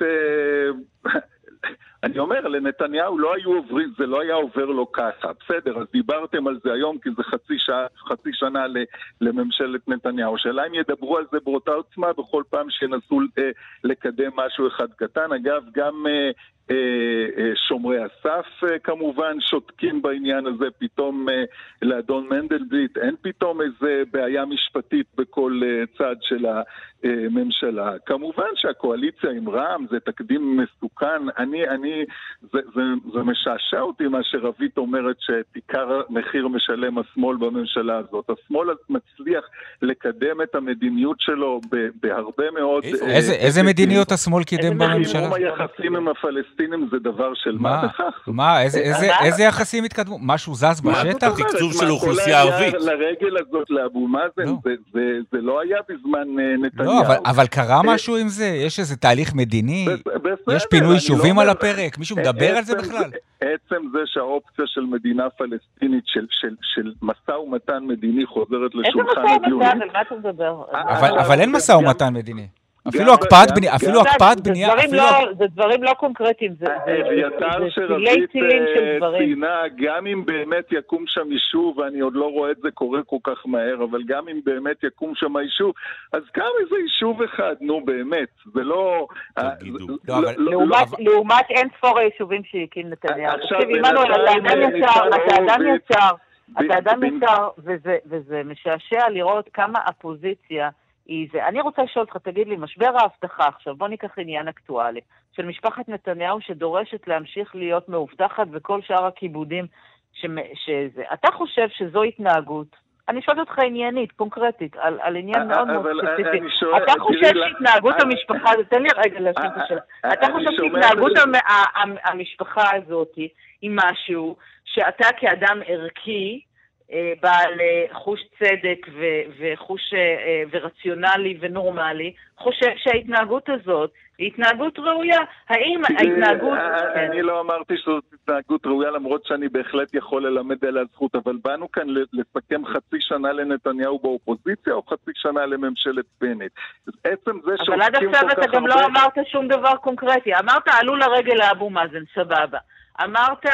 J: אני אומר, לנתניהו לא היו עוברים, זה לא היה עובר לו ככה. בסדר, אז דיברתם על זה היום, כי זה חצי שנה לממשלת נתניהו. שאלה אם ידברו על זה באותה עוצמה, בכל פעם שנסו לקדם משהו אחד קטן. אגב, גם... שומרי הסף כמובן שותקים בעניין הזה, פתאום לאדון מנדלבליט אין פתאום איזה בעיה משפטית בכל צד של הממשלה. כמובן שהקואליציה עם רע"מ זה תקדים מסוכן. אני, אני, זה, זה, זה משעשע אותי מה שרבית אומרת שתיקר מחיר משלם השמאל בממשלה הזאת. השמאל מצליח לקדם את המדיניות שלו בהרבה מאוד...
B: איזה, איזה מדיניות השמאל קידם בממשלה?
J: חימום היחסים עם הפלסטינים זה דבר של מה בכך.
B: מה? איזה יחסים התקדמו? משהו זז בשטח?
C: תקצוב של אוכלוסייה ערבית.
J: לרגל הזאת לאבו מאזן, זה לא היה בזמן נתניהו.
B: לא, אבל קרה משהו עם זה? יש איזה תהליך מדיני? יש פינוי יישובים על הפרק? מישהו מדבר על זה בכלל?
J: עצם זה שהאופציה של מדינה פלסטינית, של משא ומתן מדיני חוזרת לשולחן הדיונים.
K: איזה משא ומתן? על מה אתה מדבר?
B: אבל אין משא ומתן מדיני. אפילו הקפאת בנייה, אפילו הקפאת בנייה,
K: זה דברים לא קונקרטיים, זה צילי צילים של דברים.
J: ציינה, גם אם באמת יקום שם יישוב, ואני עוד לא רואה את זה קורה כל כך מהר, אבל גם אם באמת יקום שם יישוב, אז גם איזה יישוב אחד, נו באמת, זה לא...
K: לעומת אין ספור היישובים שהקים נתניהו. תקשיב, עמנואל, אתה אדם יצר, אתה אדם יצר, אתה אדם יצר, וזה משעשע לראות כמה הפוזיציה היא זה. אני רוצה לשאול אותך, תגיד לי, משבר ההבטחה עכשיו, בוא ניקח עניין אקטואלי, של משפחת נתניהו שדורשת להמשיך להיות מאובטחת וכל שאר הכיבודים שזה. אתה חושב שזו התנהגות? אני שואלת אותך עניינית, קונקרטית, על, על עניין מאוד מאוד ספציפי. אתה חושב שהתנהגות המשפחה, תן לי רגע להשאיר את השאלה, אתה חושב שהתנהגות המשפחה הזאת היא משהו שאתה כאדם ערכי, בעל חוש צדק וחוש ורציונלי ונורמלי, חושב שההתנהגות הזאת היא התנהגות ראויה. האם ההתנהגות...
J: אני לא אמרתי שזאת התנהגות ראויה, למרות שאני בהחלט יכול ללמד עליה זכות, אבל באנו כאן לסכם חצי שנה לנתניהו באופוזיציה, או חצי שנה לממשלת בנט. עצם זה
K: אבל עד עכשיו אתה גם לא אמרת שום דבר קונקרטי. אמרת, עלו לרגל לאבו מאזן, סבבה. אמרת...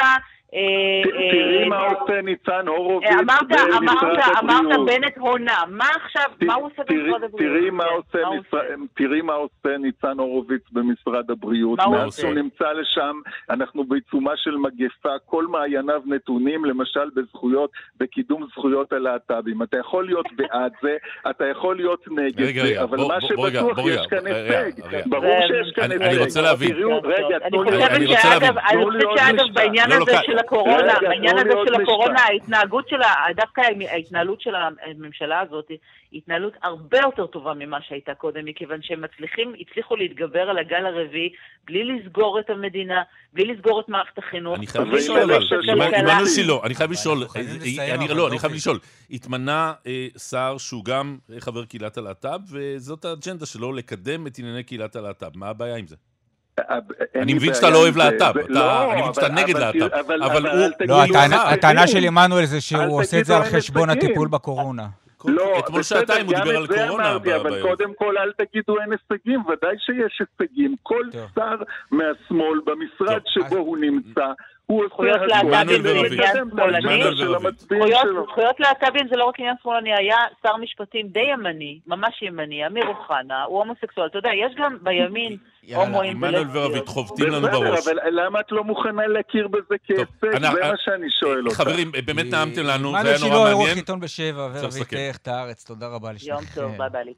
J: תראי מה עושה ניצן הורוביץ במשרד הבריאות.
K: אמרת בנט הונה, מה עכשיו, מה הוא עושה במשרד הבריאות?
J: תראי מה עושה ניצן הורוביץ במשרד הבריאות. מאז שהוא נמצא לשם, אנחנו בעיצומה של מגפה, כל מעייניו נתונים, למשל בזכויות, בקידום זכויות הלהט"בים. אתה יכול להיות בעד זה, אתה יכול להיות נגד זה, אבל מה שבטוח יש כאן הישג. ברור שיש כאן הישג.
B: אני רוצה להבין.
K: אני חושבת שאגב בעניין הזה של הקורונה, בעניין הזה של הקורונה, ההתנהגות שלה, דווקא ההתנהלות של הממשלה הזאת, היא התנהלות הרבה יותר טובה ממה שהייתה קודם, מכיוון שהם מצליחים, הצליחו להתגבר על הגל הרביעי, בלי לסגור את המדינה, בלי לסגור את מערכת החינוך.
C: אני חייב לשאול, אבל, אימנו שלו, אני חייב לשאול, לא, אני חייב לשאול, התמנה שר שהוא גם חבר קהילת הלהט"ב, וזאת האג'נדה שלו לקדם את ענייני קהילת הלהט"ב. מה הבעיה עם זה? אני מבין שאתה לא אוהב להט"ב, אני מבין שאתה נגד להט"ב, אבל הוא...
B: לא, הטענה של עמנואל זה שהוא עושה את זה על חשבון הטיפול בקורונה.
J: לא,
C: אתמול שעתיים הוא דיבר על קורונה.
J: אבל קודם כל אל תגידו אין הישגים, ודאי שיש הישגים. כל שר מהשמאל במשרד שבו הוא נמצא, הוא
K: זכויות להט"בים זה עניין שמאלני. זכויות להט"בים זה לא רק עניין שמאלני, היה שר משפטים די ימני, ממש ימני, אמיר אוחנה, הוא הומוסקסואל. אתה יודע, יש גם בימין הומואים
C: עמנואל ורביט חובטים לנו בראש.
J: אבל למה את לא מוכנה להכיר בזה כהישג? זה מה שאני שואל אותך.
C: חברים, באמת נעמתם לנו,
B: זה היה נורא מעניין. עורך עיתון בשבע, ורביט את הארץ, תודה רבה לשניכם.
K: יום טוב, ביי ביי.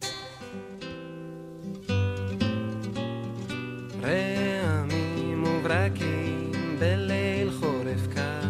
L: רעמים וברקים בליל חורף קר,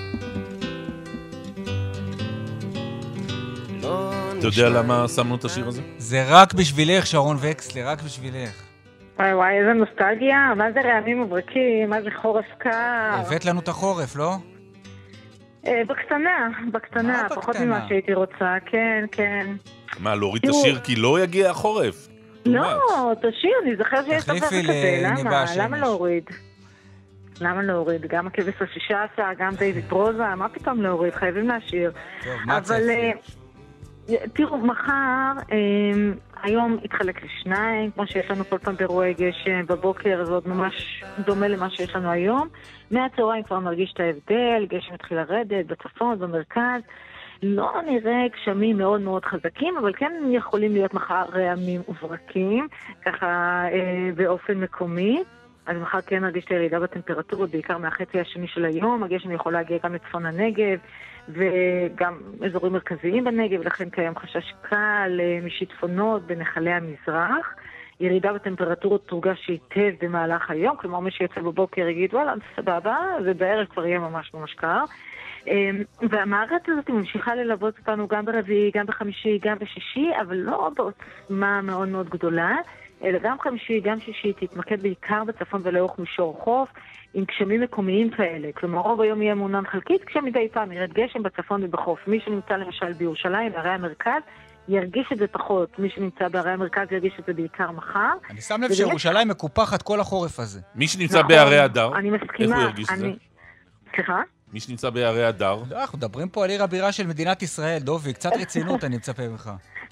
C: אתה יודע למה שמנו את השיר הזה?
B: זה רק בשבילך, שרון וקסלר, רק בשבילך.
E: וואי וואי, איזה נוסטלגיה, מה זה רעמים וברקים, מה זה חורף קר.
B: הבאת לנו את החורף, לא?
E: בקטנה, בקטנה, פחות ממה שהייתי רוצה, כן, כן.
C: מה, להוריד את השיר כי לא יגיע החורף?
E: לא, תשאיר, אני זוכר שיש דבר כזה, למה? למה להוריד? למה להוריד? גם הכבש השישה עשר, גם דיוויד ברוזה, מה פתאום להוריד? חייבים להשאיר.
B: טוב, מה צפי?
E: תראו, מחר, היום התחלק לשניים, כמו שיש לנו כל פעם באירועי גשם, בבוקר זה עוד ממש דומה למה שיש לנו היום. מהצהריים כבר מרגיש את ההבדל, גשם מתחיל לרדת בצפון, במרכז. לא נראה גשמים מאוד מאוד חזקים, אבל כן יכולים להיות מחר רעמים וברקים, ככה אה, באופן מקומי. אז מחר כן נרגיש את הירידה בטמפרטורות, בעיקר מהחצי השני של היום. הגשם יכול להגיע גם לצפון הנגב, וגם אזורים מרכזיים בנגב, ולכן קיים חשש קל משיטפונות בנחלי המזרח. ירידה בטמפרטורות תורגש היטב במהלך היום, כלומר מי שיוצא בבוקר יגיד, וואלה, סבבה, ובערב כבר יהיה ממש ממש קר. והמערכת הזאת ממשיכה ללוות אותנו גם ברביעי, גם בחמישי, גם בשישי, אבל לא בעוצמה מאוד מאוד גדולה, אלא גם חמישי, גם שישי, תתמקד בעיקר בצפון ולאורך מישור חוף, עם גשמים מקומיים כאלה. כלומר, רוב היום יהיה מעונן חלקית, כשמדי פעם ירד גשם בצפון ובחוף. מי שנמצא למשל בירושלים, בערי המרכז, ירגיש את זה פחות. מי שנמצא בערי המרכז ירגיש את זה בעיקר מחר.
B: אני שם לב שירושלים מקופחת כל החורף הזה.
C: מי שנמצא בערי הדר,
E: אני מסכימה.
C: איך הוא ירגיש את זה?
E: סליחה?
C: מי שנמצא בערי הדר.
B: אנחנו מדברים פה על עיר הבירה של מדינת ישראל, דובי, קצת רצינות אני מצפה ממך.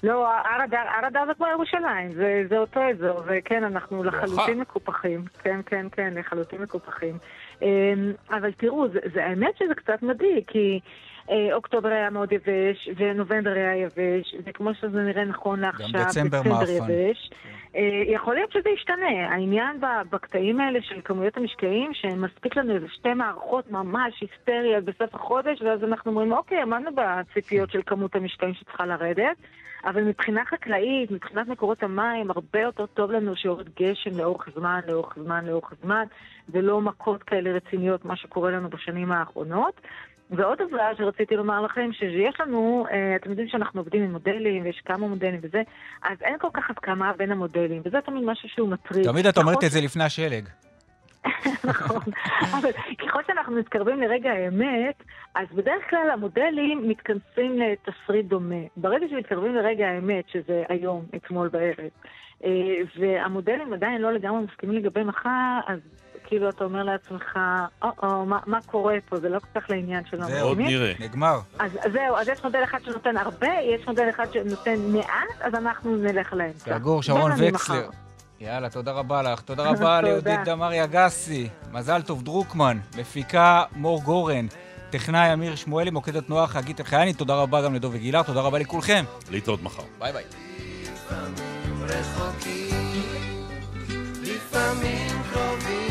E: לא, הר אדר זה כמו ירושלים, זה, זה אותו אזור, וכן, אנחנו לחלוטין מקופחים. כן, כן, כן, לחלוטין מקופחים. אבל תראו, זה, זה האמת שזה קצת מדהים, כי אוקטובר היה מאוד יבש, ונובמבר היה יבש, וכמו שזה נראה נכון לעכשיו,
B: גם דצמבר יבש.
E: יכול להיות שזה ישתנה. העניין בקטעים האלה של כמויות המשקעים, שמספיק לנו איזה שתי מערכות ממש היסטריות בסוף החודש, ואז אנחנו אומרים, אוקיי, עמדנו בציפיות של כמות המשקעים שצריכה לרדת, אבל מבחינה חקלאית, מבחינת מקורות המים, הרבה יותר טוב לנו שיורד גשם לאורך זמן, לאורך זמן, לאורך זמן, ולא מכות כאלה רציניות, מה שקורה לנו בשנים האחרונות. ועוד דבר שרציתי לומר לכם, שיש לנו, אתם יודעים שאנחנו עובדים עם מודלים, ויש כמה מודלים וזה, אז אין כל כך הסכמה בין המודלים, וזה תמיד משהו שהוא מטריד.
B: תמיד את אומרת את זה לפני השלג.
E: נכון, אבל ככל שאנחנו מתקרבים לרגע האמת, אז בדרך כלל המודלים מתכנסים לתסריט דומה. ברגע שמתקרבים לרגע האמת, שזה היום, אתמול בערב, והמודלים עדיין לא לגמרי מסכימים לגבי מחר, אז כאילו אתה אומר לעצמך, או-או, מה, מה קורה פה? זה לא כל כך לעניין שלנו.
C: זה עוד נראה.
B: נגמר.
E: אז זהו, אז יש מודל אחד שנותן הרבה, יש מודל אחד שנותן מעט, אז אנחנו נלך לאמצע.
B: סגור, שרון וקסלר. יאללה, תודה רבה לך. תודה רבה ליהודית דמרי אגסי. מזל טוב דרוקמן, מפיקה מור גורן, טכנאי אמיר שמואלי, מוקד התנועה חגית אלחייני. תודה רבה גם לדובי גילר, תודה רבה לכולכם.
C: להתראות מחר.
B: ביי ביי.
L: לפעמים רחוקים, לפעמים קרובים.